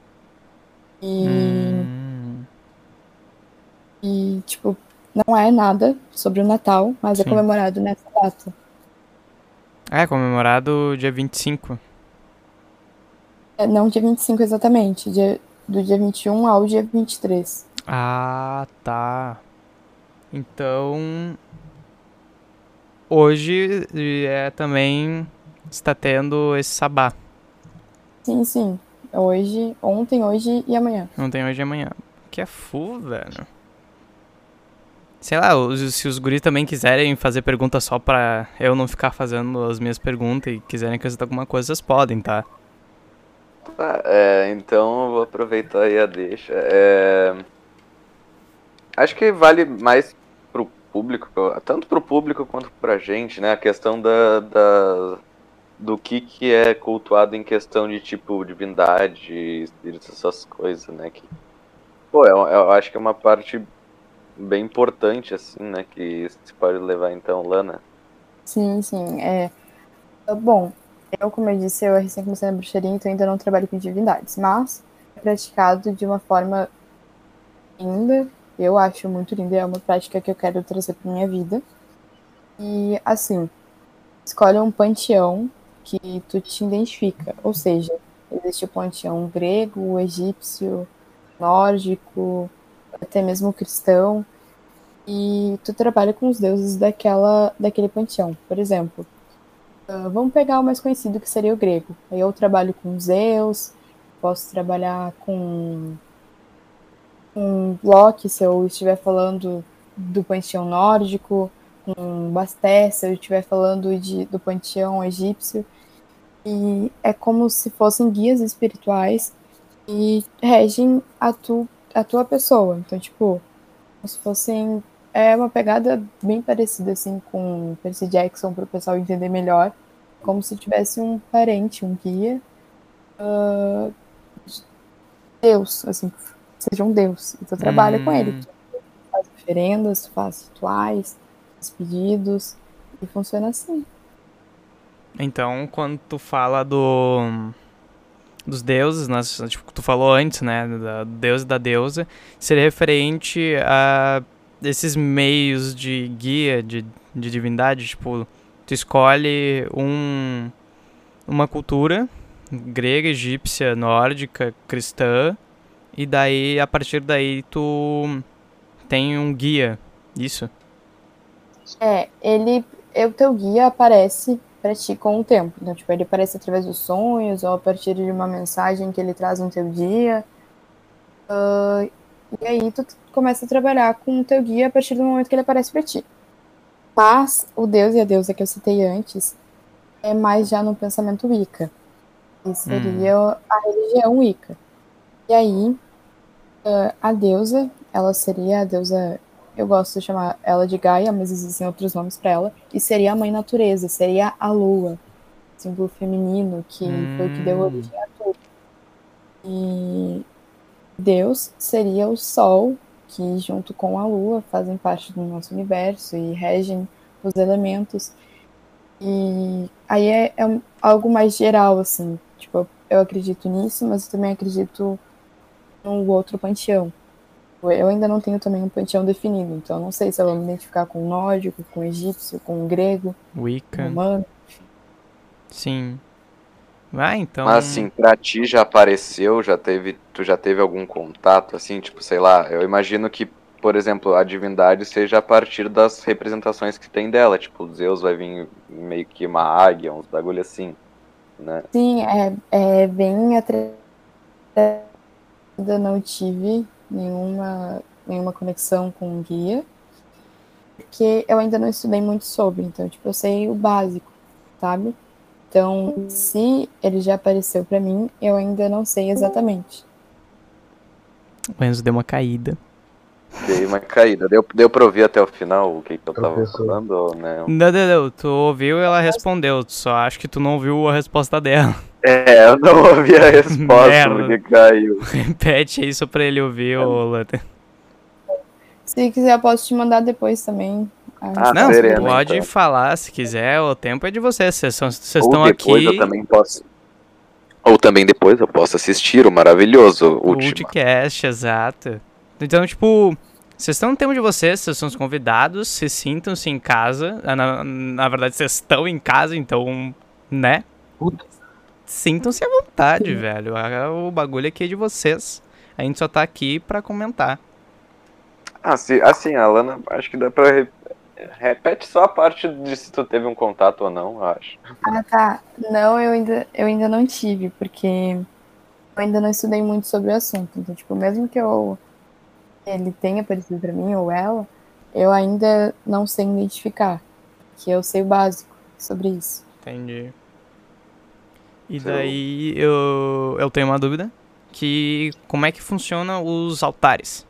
E, Hum, e, tipo, não é nada sobre o Natal, mas é sim. comemorado nessa data. É, comemorado dia vinte e cinco. É, não dia vinte e cinco exatamente, dia, do dia vinte e um ao dia vinte e três. Ah, tá. Então, hoje é também está tendo esse sabá. Sim, sim. Hoje, ontem, hoje e amanhã. Não tem hoje e amanhã. Que é full, velho. Sei lá, os- se os guris também quiserem fazer pergunta só pra eu não ficar fazendo as minhas perguntas e quiserem acrescentar alguma coisa, vocês podem, tá? Tá, é, então eu vou aproveitar aí a deixa. É, acho que vale mais pro público, tanto pro público quanto pra gente, né? A questão da, da- do que, que é cultuado em questão de tipo divindade, espíritos, essas coisas, né? Que, pô, eu, eu acho que é uma parte bem importante, assim, né? Que se pode levar então, Lana. Sim, sim. É, bom, eu, como eu disse, eu recém comecei na bruxaria, então ainda não trabalho com divindades, mas é praticado de uma forma linda. Eu acho muito linda, é uma prática que eu quero trazer para minha vida. E, assim, escolhe um panteão que tu te identifica, ou seja, existe o panteão grego, egípcio, nórdico, até mesmo cristão, e tu trabalha com os deuses daquela, daquele panteão. Por exemplo, uh, vamos pegar o mais conhecido que seria o grego. Aí eu trabalho com Zeus, posso trabalhar com, com Loki se eu estiver falando do panteão nórdico, com Basté se eu estiver falando de, do panteão egípcio. E é como se fossem guias espirituais e regem a, tu, a tua pessoa. Então, tipo, como se fossem. É uma pegada bem parecida assim com Percy Jackson para o pessoal entender melhor. Como se tivesse um parente, um guia, Deus, assim, seja um Deus. E tu trabalha com ele. Hum, Tu faz oferendas, tu faz rituais, faz pedidos. E funciona assim. então, quando tu fala do dos deuses, nós, tipo, tu falou antes, né, da deus e da deusa, seria referente a esses meios de guia, de, de divindade, tipo, tu escolhe um, uma cultura grega, egípcia, nórdica, cristã, e daí, a partir daí, tu tem um guia, isso? É, ele. O teu guia aparece pra ti com o tempo. Então, tipo, ele aparece através dos sonhos ou a partir de uma mensagem que ele traz no teu dia. Uh, e aí tu começa a trabalhar com o teu guia a partir do momento que ele aparece pra ti. Mas o deus e a deusa que eu citei antes é mais já no pensamento Wicca. E Hum, seria a religião Wicca. E aí, uh, a deusa, ela seria a deusa. eu gosto de chamar ela de Gaia, mas existem outros nomes para ela, e seria a mãe natureza, seria a lua, símbolo feminino, que hum. foi o que deu origem a tudo. E Deus seria o sol, que junto com a lua fazem parte do nosso universo e regem os elementos. E aí é, é algo mais geral, assim, tipo, eu acredito nisso, mas eu também acredito no outro panteão. Eu ainda não tenho também um panteão definido, então eu não sei se eu vou me identificar com o nórdico, com o egípcio, com o grego, Wicca, com o romano. Sim. Ah, então... Mas assim, pra ti já apareceu, já teve, tu já teve algum contato, assim, tipo, sei lá, eu imagino que, por exemplo, a divindade seja a partir das representações que tem dela, tipo, Zeus vai vir meio que uma águia, uns bagulho assim, né? Sim, é, é bem atrevida, não tive nenhuma, nenhuma conexão com um guia, porque eu ainda não estudei muito sobre, então, tipo, eu sei o básico, sabe? Então, se ele já apareceu pra mim, eu ainda não sei exatamente. O Enzo deu uma caída. Dei uma caída. Deu, deu pra ouvir até o final o que, que eu tava Professor. falando ou não? Não, não, não. Tu ouviu e ela respondeu. Só acho que tu não ouviu a resposta dela. É, eu não ouvi a resposta Merda. porque caiu. Repete isso pra ele ouvir, ô Lata. Se quiser, eu posso te mandar depois também. Ah, Não, serena, pode então. falar se quiser, o tempo é de vocês. Vocês são- vocês Ou estão depois aqui. eu também posso. Ou também depois eu posso assistir o maravilhoso O Última. Ulticast, exato. Então, tipo, vocês estão no tempo de vocês, vocês são os convidados, se sintam-se em casa. Ah, Na, na verdade, vocês estão em casa, então, né? Sintam-se à vontade, Sim. velho. Ah, O bagulho aqui é de vocês. A gente só tá aqui pra comentar. Ah, se, assim, a Lana, acho que dá pra. re- Repete só a parte de se tu teve um contato ou não, eu acho. Ah, tá. Não, eu ainda, eu ainda não tive, porque eu ainda não estudei muito sobre o assunto. Então, tipo, mesmo que eu ele tenha aparecido pra mim, ou ela, eu ainda não sei identificar. Que eu sei o básico sobre isso. Entendi. E Seu- daí eu, eu tenho uma dúvida. Que como é que funciona os altares?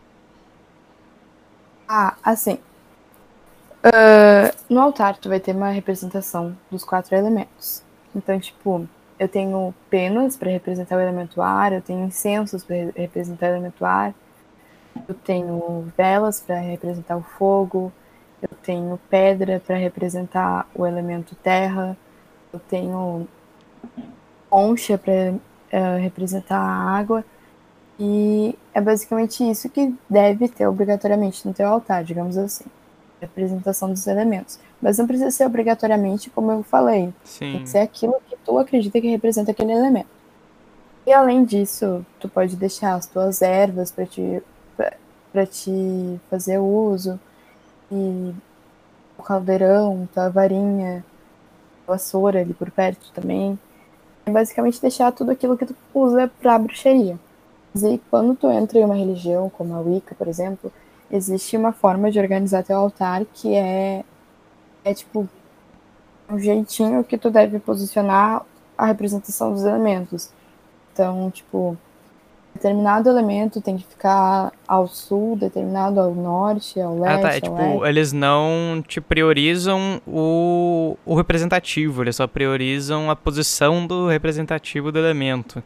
Ah, assim. ah, no altar, tu vai ter uma representação dos quatro elementos. Então, tipo, eu tenho penas para representar o elemento ar, eu tenho incensos para representar o elemento ar, eu tenho velas para representar o fogo, eu tenho pedra para representar o elemento terra, eu tenho concha para representar a água. E é basicamente isso que deve ter obrigatoriamente no teu altar, digamos assim. Representação dos elementos. Mas não precisa ser obrigatoriamente como eu falei. Tem Sim. que ser aquilo que tu acredita que representa aquele elemento. E além disso, tu pode deixar as tuas ervas para te, para te fazer uso. E o caldeirão, tua varinha, vassoura ali por perto também. É basicamente deixar tudo aquilo que tu usa pra bruxaria. E quando tu entra em uma religião, como a Wicca, por exemplo, existe uma forma de organizar teu altar que é, é tipo um jeitinho que tu deve posicionar a representação dos elementos. Então, tipo, determinado elemento tem que ficar ao sul, determinado ao norte, ao Ah, tá. É leste, ao tipo, oeste. eles não te priorizam o, o representativo, eles só priorizam a posição do representativo do elemento.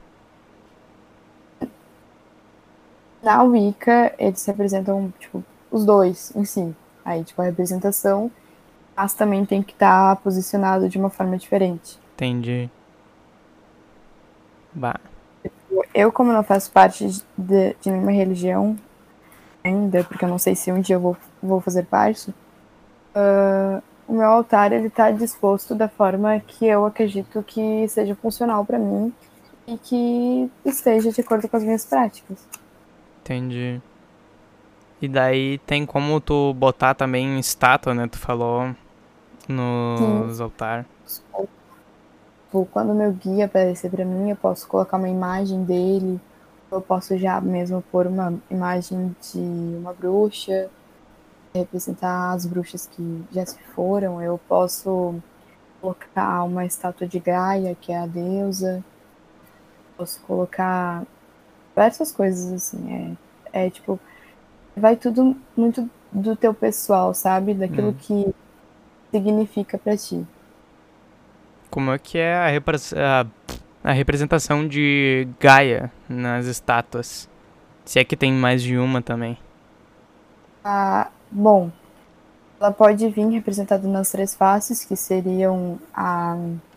Na Wicca, eles representam, tipo, os dois em si. Aí, tipo, a representação, mas também tem que estar posicionado de uma forma diferente. Entendi. Bah. Eu, como não faço parte de, de nenhuma religião ainda, porque eu não sei se um dia eu vou, vou fazer parte, uh, o meu altar ele tá disposto da forma que eu acredito que seja funcional para mim e que esteja de acordo com as minhas práticas. Entendi. E daí tem como tu botar também estátua, né? Tu falou nos altares. Tipo, quando o meu guia aparecer para mim, eu posso colocar uma imagem dele, eu posso já mesmo pôr uma imagem de uma bruxa, representar as bruxas que já se foram. Eu posso colocar uma estátua de Gaia, que é a deusa. Posso colocar diversas coisas, assim. É, é tipo, vai tudo muito do teu pessoal, sabe? Daquilo Hum. que significa pra ti. Como é que é a, repres- a- a representação de Gaia nas estátuas? Se é que tem mais de uma também. Ah, bom, ela pode vir representada nas três faces, que seriam a,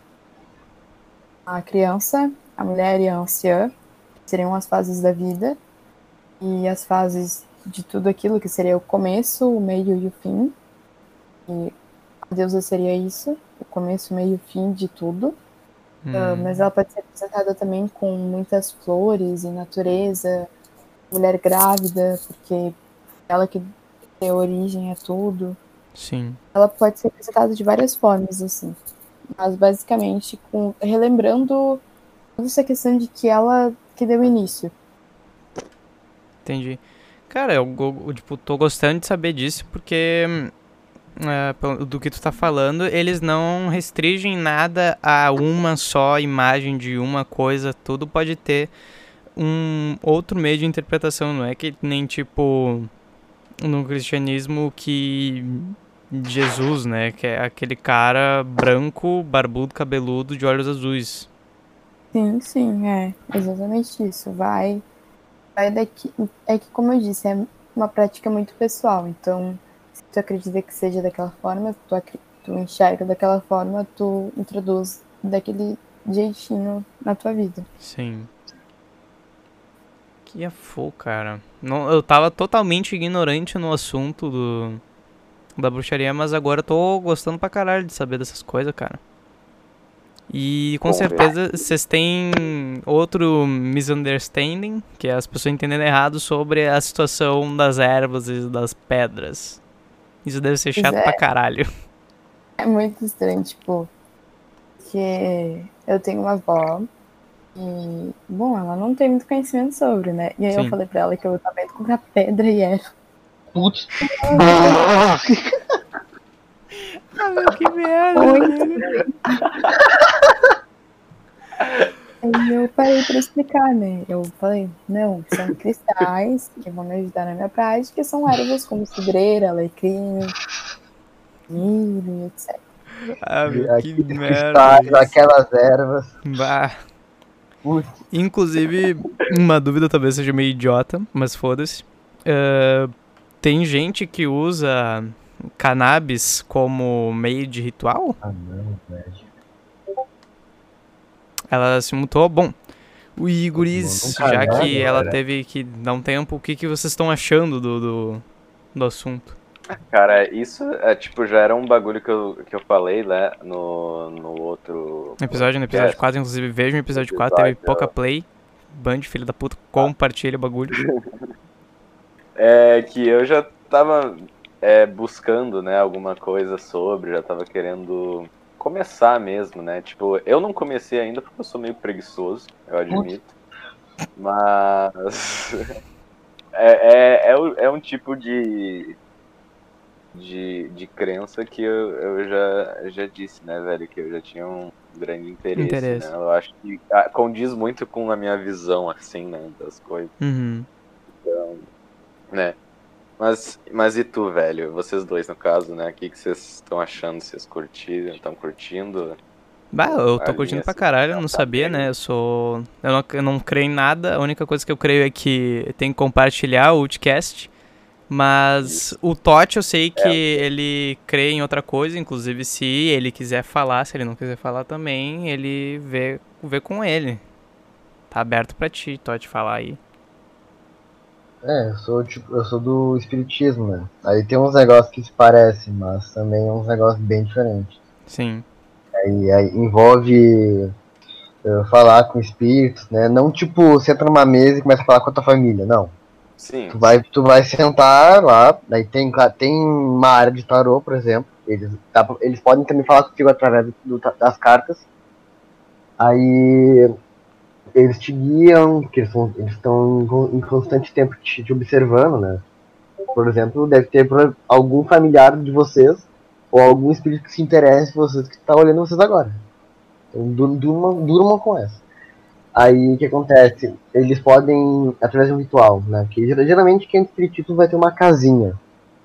a criança, a mulher e a anciã, que seriam as fases da vida, e as fases de tudo aquilo, que seria o começo, o meio e o fim. E a deusa seria isso, o começo, o meio e o fim de tudo. Uh, mas ela pode ser representada também com muitas flores e natureza, mulher grávida, porque ela que deu origem a tudo. Sim. Ela pode ser representada de várias formas, assim. Mas basicamente com, relembrando toda essa questão de que ela que deu início. Entendi. Cara, eu, go- tipo, tô gostando de saber disso porque é, pelo- do que tu tá falando, eles não restringem nada a uma só imagem de uma coisa, tudo pode ter um outro meio de interpretação, não é que nem tipo no cristianismo que Jesus, né, que é aquele cara branco, barbudo, cabeludo, de olhos azuis. Sim, sim, é exatamente isso. Vai, vai daqui. É que, como eu disse, é uma prática muito pessoal. Então, se tu acredita que seja daquela forma, tu, acri- tu enxerga daquela forma, tu introduz daquele jeitinho na tua vida. Sim. Que é fofo, cara. Não, eu tava totalmente ignorante no assunto do da bruxaria, mas agora eu tô gostando pra caralho de saber dessas coisas, cara. E com Bom, certeza vocês têm outro misunderstanding, que é as pessoas entendendo errado sobre a situação das ervas e das pedras. Isso deve ser Pois chato é, pra caralho. é muito estranho, tipo, que eu tenho uma avó e, bom, ela não tem muito conhecimento sobre, né? E aí eu Sim. falei pra ela que eu tava indo comprar pedra e era. Putz. Ah, meu, que merda, Muito. velho. Aí eu parei pra explicar, né? Eu falei, não, são cristais que vão me ajudar na minha prática, que são ervas como cidreira, alecrim, milho, etcétera. Ah, meu, que Aqueles merda cristais, isso. aquelas ervas. Bah. Putz. Inclusive, uma dúvida talvez seja meio idiota, mas foda-se. É, tem gente que usa cannabis como meio de ritual? Ah, não, velho. Ela se mutou. Bom, o Iguris, Nunca já nada, que ela cara. teve que dar um tempo, o que, que vocês estão achando do, do, do assunto? cara, isso é tipo, já era um bagulho que eu, que eu falei, né, no, no outro. No episódio, no episódio podcast. quatro, inclusive, veja o episódio No quatro, teve episódio- pouca play. Band, filho da puta, compartilha o bagulho. É que eu já tava é, buscando, né, alguma coisa sobre, já tava querendo começar mesmo, né? Tipo, eu não comecei ainda porque eu sou meio preguiçoso, eu admito. Mas é, é, é, o- é um tipo de, de, de crença que eu, eu já, já disse, né, velho, que eu já tinha um grande interesse, Interesse. né? Eu acho que ah, condiz muito com a minha visão, assim, né, das coisas, Uhum. né? Mas, mas e tu, velho? Vocês dois, no caso, né? O que, que vocês estão achando? Vocês curtiram? Estão curtindo? Bah, eu tô A curtindo linha pra caralho, eu não sabia, cinematográfica? né? Eu sou. Eu não, eu não creio em nada, a única coisa que eu creio é que tem que compartilhar o Ulticast. Mas Isso. o Totti eu sei que É. ele crê em outra coisa, inclusive se ele quiser falar, se ele não quiser falar também, ele vê, vê com ele. Tá aberto pra ti, Totti, falar aí. É, eu sou tipo, eu sou do espiritismo, né? Aí tem uns negócios que se parecem, mas também uns negócios bem diferentes. Sim. Aí, aí envolve eh, falar com espíritos, né? Não tipo, você entra numa mesa e começa a falar com a tua família, não. Sim. Tu vai, tu vai sentar lá, daí tem, tem uma área de tarô, por exemplo. Eles, dá pra- eles podem também falar contigo através do- das cartas. Aí eles te guiam, porque eles são- eles estão em con- em constante tempo te, te observando, né? Por exemplo, deve ter por- algum familiar de vocês, ou algum espírito que se interesse por vocês, que está olhando vocês agora. Então, du- durma, durma com essa. Aí, o que acontece? Eles podem, através de um ritual, né? Que geralmente quem é espiritismo vai ter uma casinha.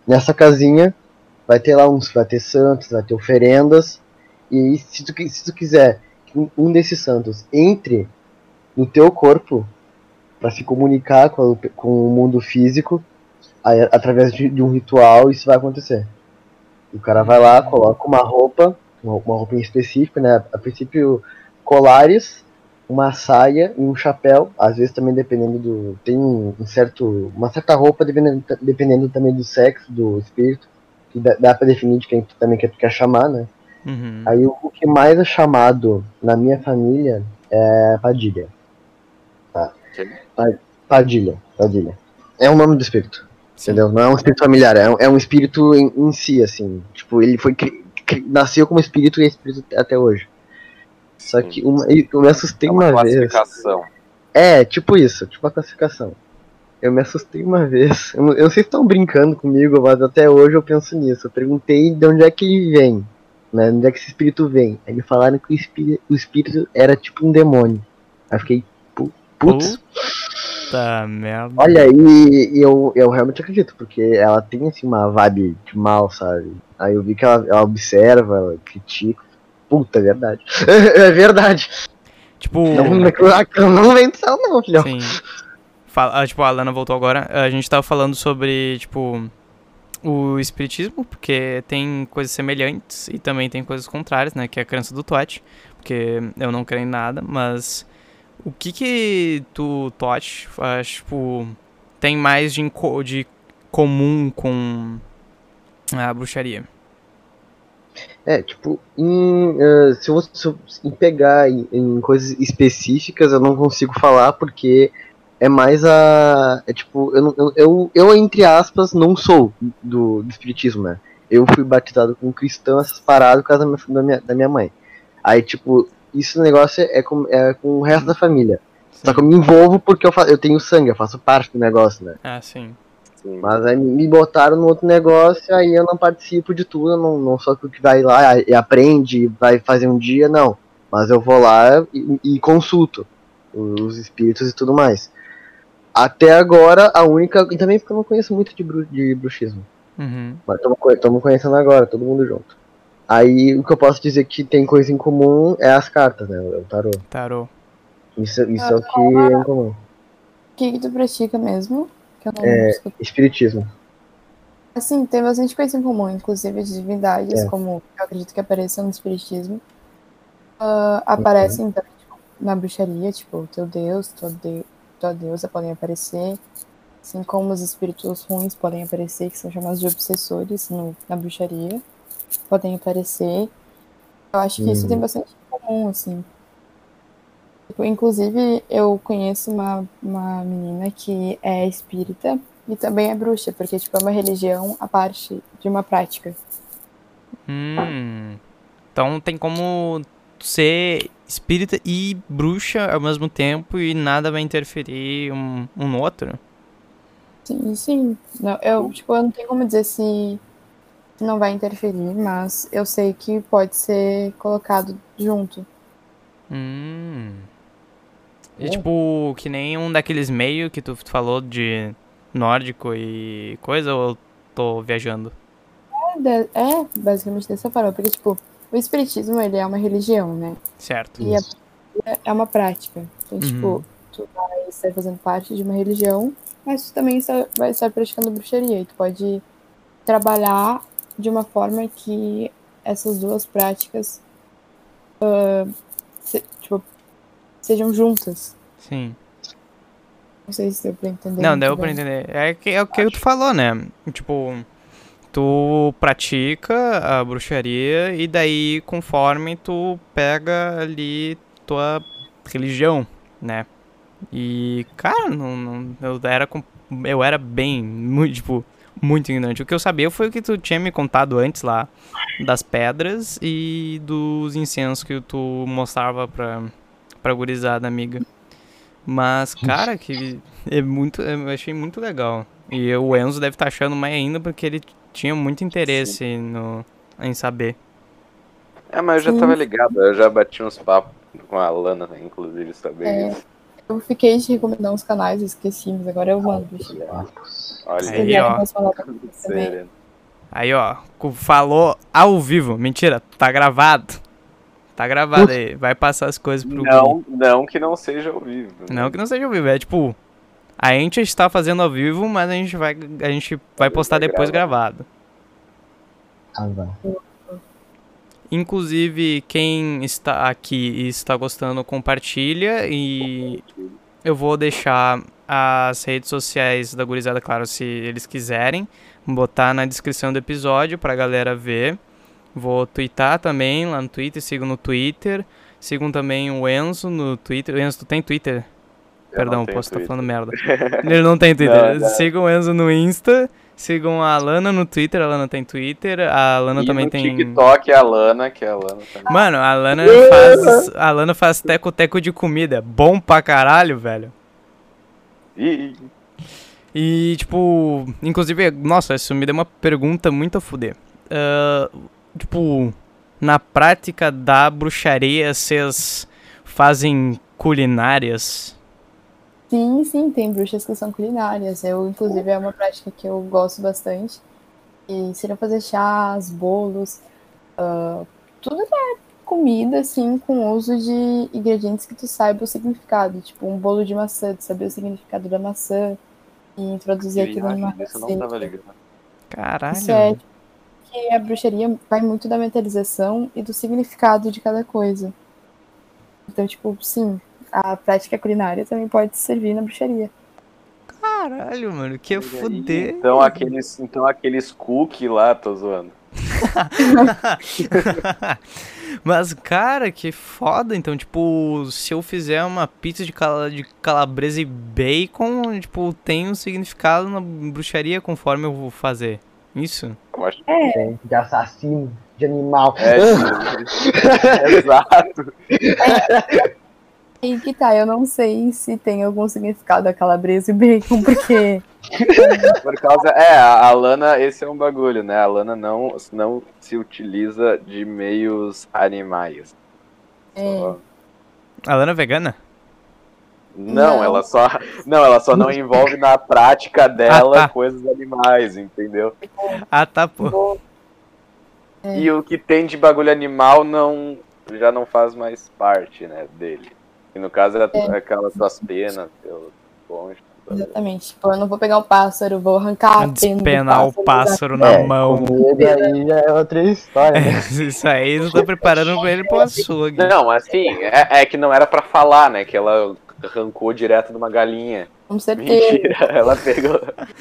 nessa casinha vai ter lá uns, vai ter santos, vai ter oferendas, e se tu, se tu quiser que um desses santos entre no teu corpo para se comunicar com, com o mundo físico, aí, através de, de um ritual, isso vai acontecer. O cara vai lá, coloca uma roupa, uma, uma roupa em específico, né? A princípio, colares, uma saia e um chapéu, às vezes também dependendo do... Tem um, um certo, uma certa roupa, dependendo, dependendo também do sexo, do espírito, que dá, dá pra definir de quem tu, também quer, tu quer chamar, né? Uhum. Aí o, o que mais é chamado na minha família é Padilha. Tá? Padilha, Padilha. É o nome do espírito. Sim. Entendeu? Não é um espírito familiar, é um, é um espírito em, em si, assim. Tipo, ele foi cri, cri, nasceu como espírito e é espírito até hoje. Só que uma, eu me assustei é uma, uma vez. classificação. É, tipo isso, tipo a classificação. Eu me assustei uma vez. Eu não, eu não sei se estão brincando comigo, mas até hoje eu penso nisso. Eu perguntei de onde é que ele vem, né? De onde é que esse espírito vem. Aí me falaram que o espírito, o espírito era tipo um demônio. Aí eu fiquei, putz. Puta merda. Olha, e, e eu, eu realmente acredito, porque ela tem assim uma vibe de mal, sabe? Aí eu vi que ela, ela observa, ela critica. Puta, é verdade. É verdade. Tipo. Não, não vem do céu, não, filhão. Sim. Fala, tipo, a Lana voltou agora. A gente tava falando sobre, tipo, o espiritismo, porque tem coisas semelhantes e também tem coisas contrárias, né? Que é a crença do Tote, porque eu não creio em nada, mas o que que tu, Tote, faz, tipo, tem mais de, de comum com a bruxaria? É, tipo, em, uh, se eu, se eu em pegar em, em coisas específicas, eu não consigo falar, porque é mais a... É tipo, eu, eu, eu, eu, entre aspas, não sou do, do espiritismo, né? Eu fui batizado como cristão, essas paradas, por causa da minha, da minha, da minha mãe. Aí, tipo, isso negócio é com, é com o resto da família. Sim. Só que eu me envolvo porque eu, faço, eu tenho sangue, eu faço parte do negócio, né? Ah, sim. Mas aí me botaram no outro negócio, aí eu não participo de tudo, eu não, não sou o que vai lá e aprende, vai fazer um dia, não. Mas eu vou lá e, e consulto os espíritos e tudo mais. Até agora, a única... E também porque eu não conheço muito de, bru, de bruxismo. Uhum. Mas estamos conhecendo agora, todo mundo junto. Aí o que eu posso dizer que tem coisa em comum é as cartas, né? O tarô. Tarô. Isso, isso é o que é em comum. O que, que tu pratica mesmo? Que eu não é, espiritismo. Assim, tem bastante coisa em comum, inclusive as divindades, é. como eu acredito que apareçam no espiritismo, uh, aparecem uhum. também, tipo, na bruxaria, tipo, teu deus, tua, de, tua deusa podem aparecer, assim como os espíritos ruins podem aparecer, que são chamados de obsessores no, na bruxaria, podem aparecer. Eu acho que uhum. isso tem bastante em comum, assim. Tipo, inclusive, eu conheço uma, uma menina que é espírita e também é bruxa, porque tipo, é uma religião à parte de uma prática. Hum. Então tem como ser espírita e bruxa ao mesmo tempo e nada vai interferir um, um no outro? Sim, sim. Não, eu, tipo, eu não tenho como dizer se não vai interferir, mas eu sei que pode ser colocado junto. Hum. E tipo, que nem um daqueles meio que tu falou de nórdico e coisa, ou eu tô viajando? É, é basicamente dessa forma, porque tipo, o espiritismo, ele é uma religião, né? Certo. E a, é uma prática. Então, uhum. tipo, tu vai estar fazendo parte de uma religião, mas tu também está, vai estar praticando bruxaria. E tu pode trabalhar de uma forma que essas duas práticas uh, se, tipo, sejam juntas. Sim. Não sei se deu pra entender. Não, deu pra entender. É, que, é o que tu falou, né? Tipo, tu pratica a bruxaria e daí conforme tu pega ali tua religião, né? E, cara, não, não, eu, era, eu era bem, muito, tipo, muito ignorante. O que eu sabia foi o que tu tinha me contado antes lá, das pedras e dos incensos que tu mostrava pra, pra gurizada, amiga. Mas, cara, que é muito, eu achei muito legal. E o Enzo deve estar achando mais ainda porque ele tinha muito interesse no, em saber. É, mas eu já tava ligado, eu já bati uns papos com a Lana, né, inclusive, sobre é, isso. Eu fiquei de recomendar uns canais, esqueci, mas agora eu mando. Olha aí, ó. Aí, ó, cu- falou ao vivo. Mentira, tá gravado. Tá gravado aí. Vai passar as coisas pro Gui. Não, não que não seja ao vivo. né? Não que não seja ao vivo, é tipo... A gente está fazendo ao vivo, mas a gente vai, a gente vai postar vai depois gravar. gravado. Ah, vai. Inclusive, quem está aqui e está gostando, compartilha. E eu vou deixar as redes sociais da gurizada, claro, se eles quiserem, botar na descrição do episódio pra galera ver. Vou twittar também lá no Twitter, sigam no Twitter. Sigam também o Enzo no Twitter. O Enzo, tu tem Twitter? Eu Perdão, não tenho posso estar Twitter. falando merda. Ele não tem Twitter. Não, não. Sigam o Enzo no Insta. Sigam a Alana no Twitter. A Alana tem Twitter. A Alana E também no tem... TikTok a Lana, que é a Lana também. Mano, a Alana faz, a Alana faz teco-teco de comida. Bom pra caralho, velho. E, E, tipo, inclusive, nossa, isso me deu uma pergunta muito a fuder. Ah, tipo, na prática da bruxaria, vocês fazem culinárias? Sim, sim, tem bruxas que são culinárias. Eu, inclusive, é uma prática que eu gosto bastante. E seria fazer chás, bolos, ah, tudo que é comida, assim, com uso de ingredientes que tu saiba o significado. Tipo, um bolo de maçã, tu saber o significado da maçã e introduzir que aquilo numa viagem, isso eu não receita. tava ligado. Caralho. Isso é que a bruxaria vai muito da mentalização e do significado de cada coisa. Então, tipo, sim, a prática culinária também pode servir na bruxaria. Caralho, mano, que fuder. Então aqueles, então aqueles cookies lá, tô zoando. Mas, cara, que foda. Então, tipo, se eu fizer uma pizza de, cala, de calabresa e bacon, tipo, tem um significado na bruxaria conforme eu vou fazer. Isso? Eu acho que Tem, de assassino, de animal. é. Exato. E que tá, eu não sei se tem algum significado a calabresa e bacon, porque Por causa. É, a, a Lana, esse é um bagulho, né? A Lana não, não se utiliza de meios animais. Só- A Lana é vegana? Não, Não. ela só. Não, ela só não envolve na prática dela Ah, tá. coisas animais, entendeu? Ah, tá, pô. vou- E o que tem de bagulho animal não já não faz mais parte, né, dele. E no caso é, É. aquelas tuas penas, teu concha. exatamente. Tipo, eu não vou pegar o pássaro, vou arrancar a pena do Despenar o pássaro, pássaro na É, mão. comigo aí já é outra história, né? Isso aí, eu tô preparando pra ele pro açougue. Não, assim, é, é que não era pra falar, né, que ela arrancou direto de uma galinha. Com certeza. Mentira, ela pegou.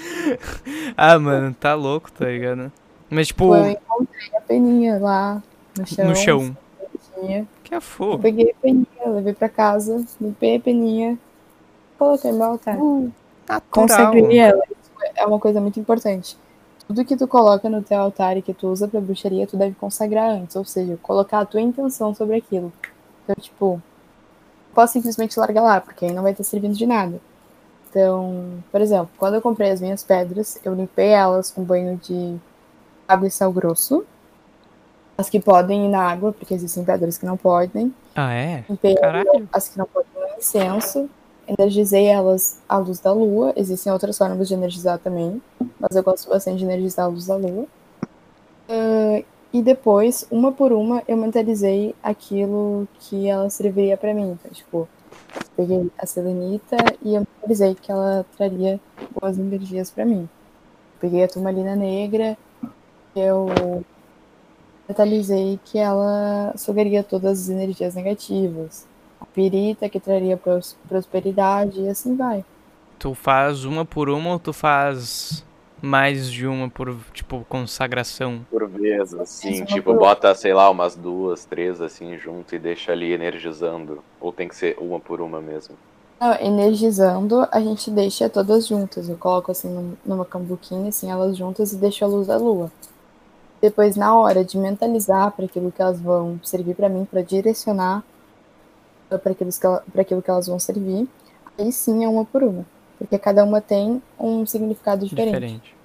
Ah, mano, tá louco, tá ligado? Mas, tipo, Tipo, eu encontrei a peninha lá no chão. no chão. Tinha. Que é Eu fogo. peguei a peninha, levei pra casa, limpei a peninha, coloquei no meu altar. Natural. Consagrei ela. Isso é uma coisa muito importante. Tudo que tu coloca no teu altar e que tu usa pra bruxaria, tu deve consagrar antes. Ou seja, colocar a tua intenção sobre aquilo. Então, tipo, não posso simplesmente largar lá, porque aí não vai estar servindo de nada. Então, por exemplo, quando eu comprei as minhas pedras, eu limpei elas com banho de água e sal grosso. As que podem ir na água, porque existem pedras que não podem. Ah, é? Limpei Caralho. as que não podem no incenso. Energizei elas à luz da lua. Existem outras formas de energizar também, mas eu gosto bastante de energizar à luz da lua. Uh, e depois, uma por uma, eu mentalizei aquilo que ela serviria pra mim. Então, tipo, peguei a selenita e eu mentalizei que ela traria boas energias pra mim. Peguei a turmalina negra, eu mentalizei que ela sugaria todas as energias negativas. A pirita, que traria pros- prosperidade, e assim vai. Tu faz uma por uma ou tu faz mais de uma por, tipo, consagração? Por vez, assim, Uma tipo, por bota, sei lá, umas duas, três, assim, junto e deixa ali energizando. Ou tem que ser uma por uma mesmo. Não, energizando, a gente deixa todas juntas. Eu coloco assim num- numa cambuquinha, assim, elas juntas e deixo a luz da lua. Depois, na hora de mentalizar para aquilo que elas vão servir para mim, para direcionar para aquilo, que ela- pra aquilo que elas vão servir, aí sim é uma por uma. Porque cada uma tem um significado diferente. Diferente.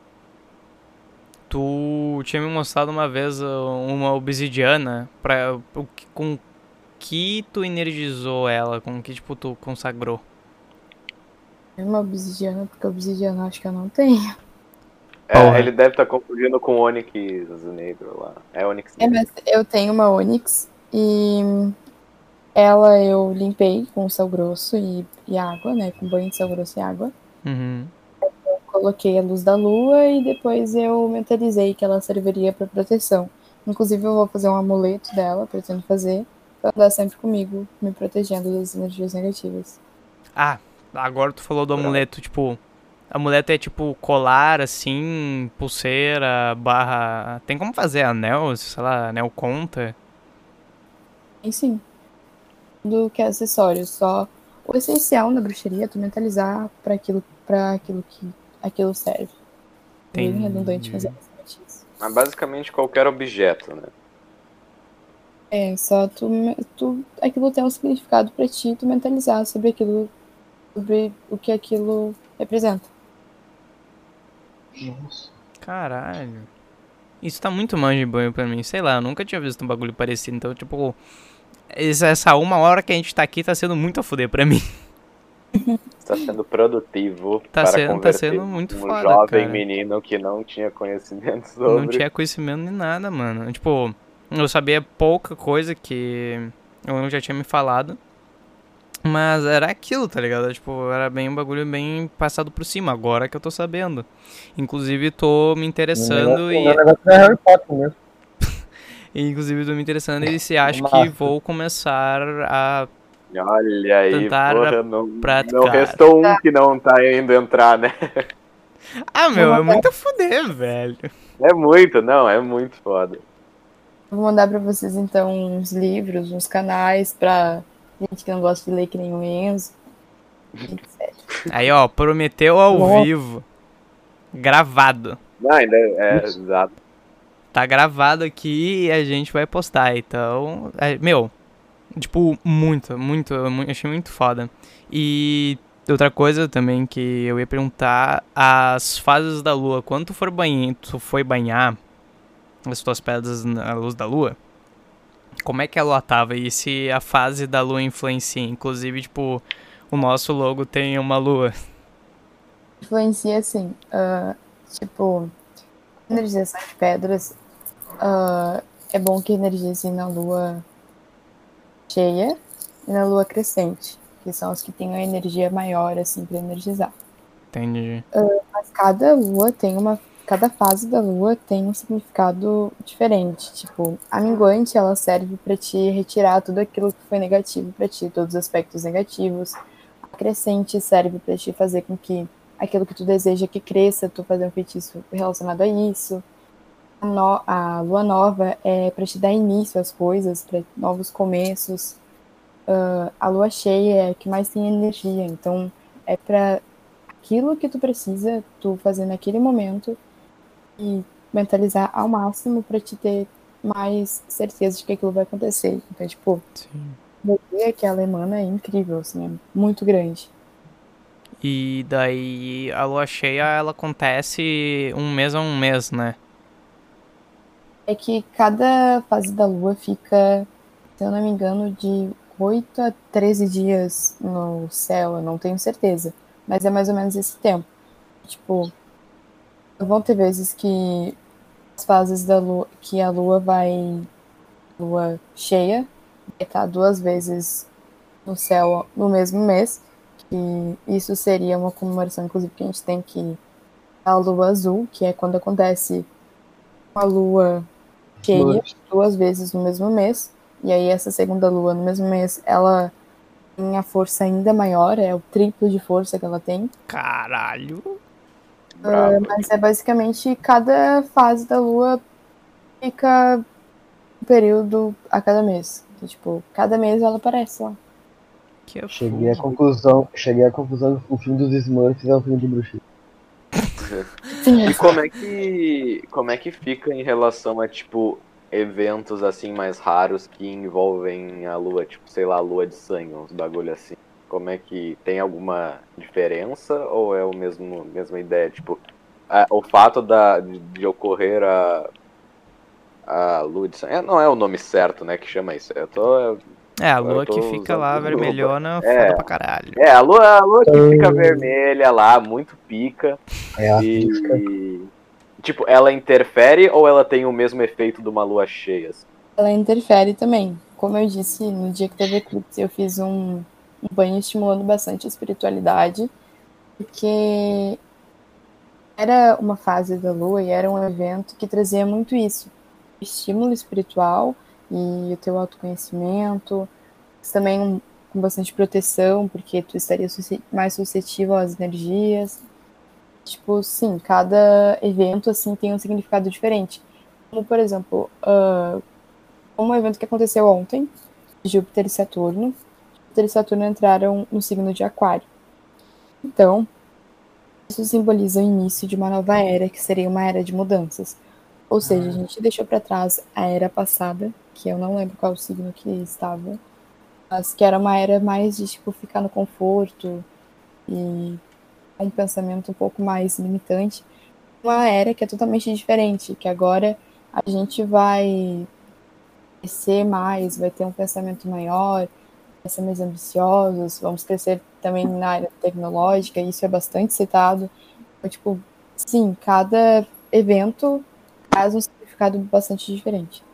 Tu tinha me mostrado uma vez uh, uma obsidiana pra, o que- com que tu energizou ela, com que tipo tu consagrou. É uma obsidiana, porque obsidiana acho que eu não tenho. É, Porra. ele deve estar confundindo com o Onyx Negro lá. É Onyx É, Negro. mas eu tenho uma Onix e ela eu limpei com sal grosso e, e água, né? Com banho de sal grosso e água. Uhum. Coloquei a luz da lua e depois eu mentalizei que ela serviria para proteção. Inclusive eu vou fazer um amuleto dela, pretendo fazer, para andar sempre comigo, me protegendo das energias negativas. Ah, agora tu falou do amuleto, tipo... Amuleto é tipo colar, assim, pulseira, barra... Tem como fazer anel, sei lá, anel conta? E sim, tudo que é acessório, só o essencial na bruxaria é tu mentalizar para aquilo, para aquilo que aquilo serve. Bem redundante, mas é Entendi. basicamente isso. Mas basicamente qualquer objeto, né? É, só tu, tu aquilo tem um significado para ti, tu mentalizar sobre aquilo, sobre o que aquilo representa. Nossa. Caralho. Isso tá muito manjo de banho pra mim. Sei lá, eu nunca tinha visto um bagulho parecido. Então, tipo... Essa essa uma hora que a gente tá aqui tá sendo muito a fuder pra mim. Está sendo produtivo Tá para sendo, tá converter sendo muito um foda, jovem cara. menino que não tinha conhecimento Não sobre. tinha conhecimento nem nada, mano. Tipo, eu sabia pouca coisa que eu já tinha me falado. Mas era aquilo, tá ligado? Tipo, era bem um bagulho bem passado por cima, agora que eu tô sabendo. Inclusive, tô me interessando O e. negócio é Harry Potter mesmo. Inclusive, tô me interessando e se acho que Massa. vou começar a Olha aí, tentar porra, não, não praticar. restou um que não tá indo entrar, né? Ah, meu, Vou é mandar, muito a fuder, velho. É muito, não, é muito foda. vou mandar pra vocês então uns livros, uns canais pra gente que não gosta de ler que nem o Enzo, etcétera. Aí, ó, prometeu ao Nossa. vivo. Gravado. Não, ainda é, Isso. exato. Tá gravado aqui e a gente vai postar. Então, é, meu, tipo, muito, muito, mu- achei muito foda. E outra coisa também que eu ia perguntar, as fases da lua, quando tu for banhar, tu foi banhar as tuas pedras na luz da lua, como é que a lua tava e se a fase da lua influencia? Inclusive, tipo, o nosso logo tem uma lua. Influencia assim, ah, tipo, energização de pedras, ah, é bom que energize na lua cheia e na lua crescente, que são os que têm a energia maior assim para energizar. Entendi. Mas cada lua tem uma. Cada fase da lua tem um significado diferente. Tipo, a minguante ela serve para te retirar tudo aquilo que foi negativo para ti, todos os aspectos negativos. A crescente serve para te fazer com que aquilo que tu deseja que cresça, tu fazer um feitiço relacionado a isso. A, no, a lua nova é para te dar início às coisas, para novos começos. Uh, a lua cheia é a que mais tem energia, então é para aquilo que tu precisa, tu fazer naquele momento e mentalizar ao máximo para te ter mais certeza de que aquilo vai acontecer. Então, tipo, Sim. a energia que ela emana é incrível, assim, é muito grande. E daí a lua cheia, ela acontece um mês a um mês, né? É que cada fase da lua fica, se eu não me engano, de oito a treze dias no céu, eu não tenho certeza. Mas é mais ou menos esse tempo. Tipo, vão ter vezes que as fases da lua, que a lua vai, lua cheia, vai estar duas vezes no céu no mesmo mês, que isso seria uma comemoração, inclusive, que a gente tem que a lua azul, que é quando acontece uma lua cheia Smurfs. duas vezes no mesmo mês, e aí essa segunda lua no mesmo mês, ela tem a força ainda maior, é o triplo de força que ela tem. Caralho. Bravo. Mas é basicamente cada fase da lua fica um período a cada mês. Então, tipo, cada mês ela aparece lá. Que Cheguei à fogo. conclusão, cheguei à conclusão que o fim dos Smurfs é o fim de bruxinha. Sim, E como é que como é que fica em relação a tipo eventos assim mais raros que envolvem a lua, tipo, sei lá, lua de sangue, uns bagulho assim. Como é que tem alguma diferença ou é o mesmo mesma ideia, tipo, a, o fato da de, de ocorrer a a lua de sangue, é, não é o nome certo, né, que chama isso. Eu tô É, a eu lua tô que fica lá usando vermelhona, é, foda pra caralho. é, a lua, a lua que fica vermelha lá, muito pica. É a E, pisca. Tipo, ela interfere ou ela tem o mesmo efeito de uma lua cheia? Assim? Ela interfere também. Como eu disse, no dia que teve eclipse, eu fiz um, um banho estimulando bastante a espiritualidade, porque era uma fase da lua e era um evento que trazia muito isso. O estímulo espiritual e o teu autoconhecimento, mas também com bastante proteção, porque tu estaria mais suscetível às energias. Tipo, sim, cada evento, assim, tem um significado diferente. Como, por exemplo, uh, um evento que aconteceu ontem, Júpiter e Saturno. Júpiter e Saturno entraram no signo de Aquário. Então, isso simboliza o início de uma nova era, que seria uma era de mudanças. Ou seja, a gente deixou para trás a era passada, que eu não lembro qual o signo que estava, mas que era uma era mais de, tipo, ficar no conforto e um pensamento um pouco mais limitante. Uma era que é totalmente diferente, que agora a gente vai crescer mais, vai ter um pensamento maior, vai ser mais ambiciosos, vamos crescer também na área tecnológica, e isso é bastante citado. Então, tipo, sim, cada evento traz um significado bastante diferente.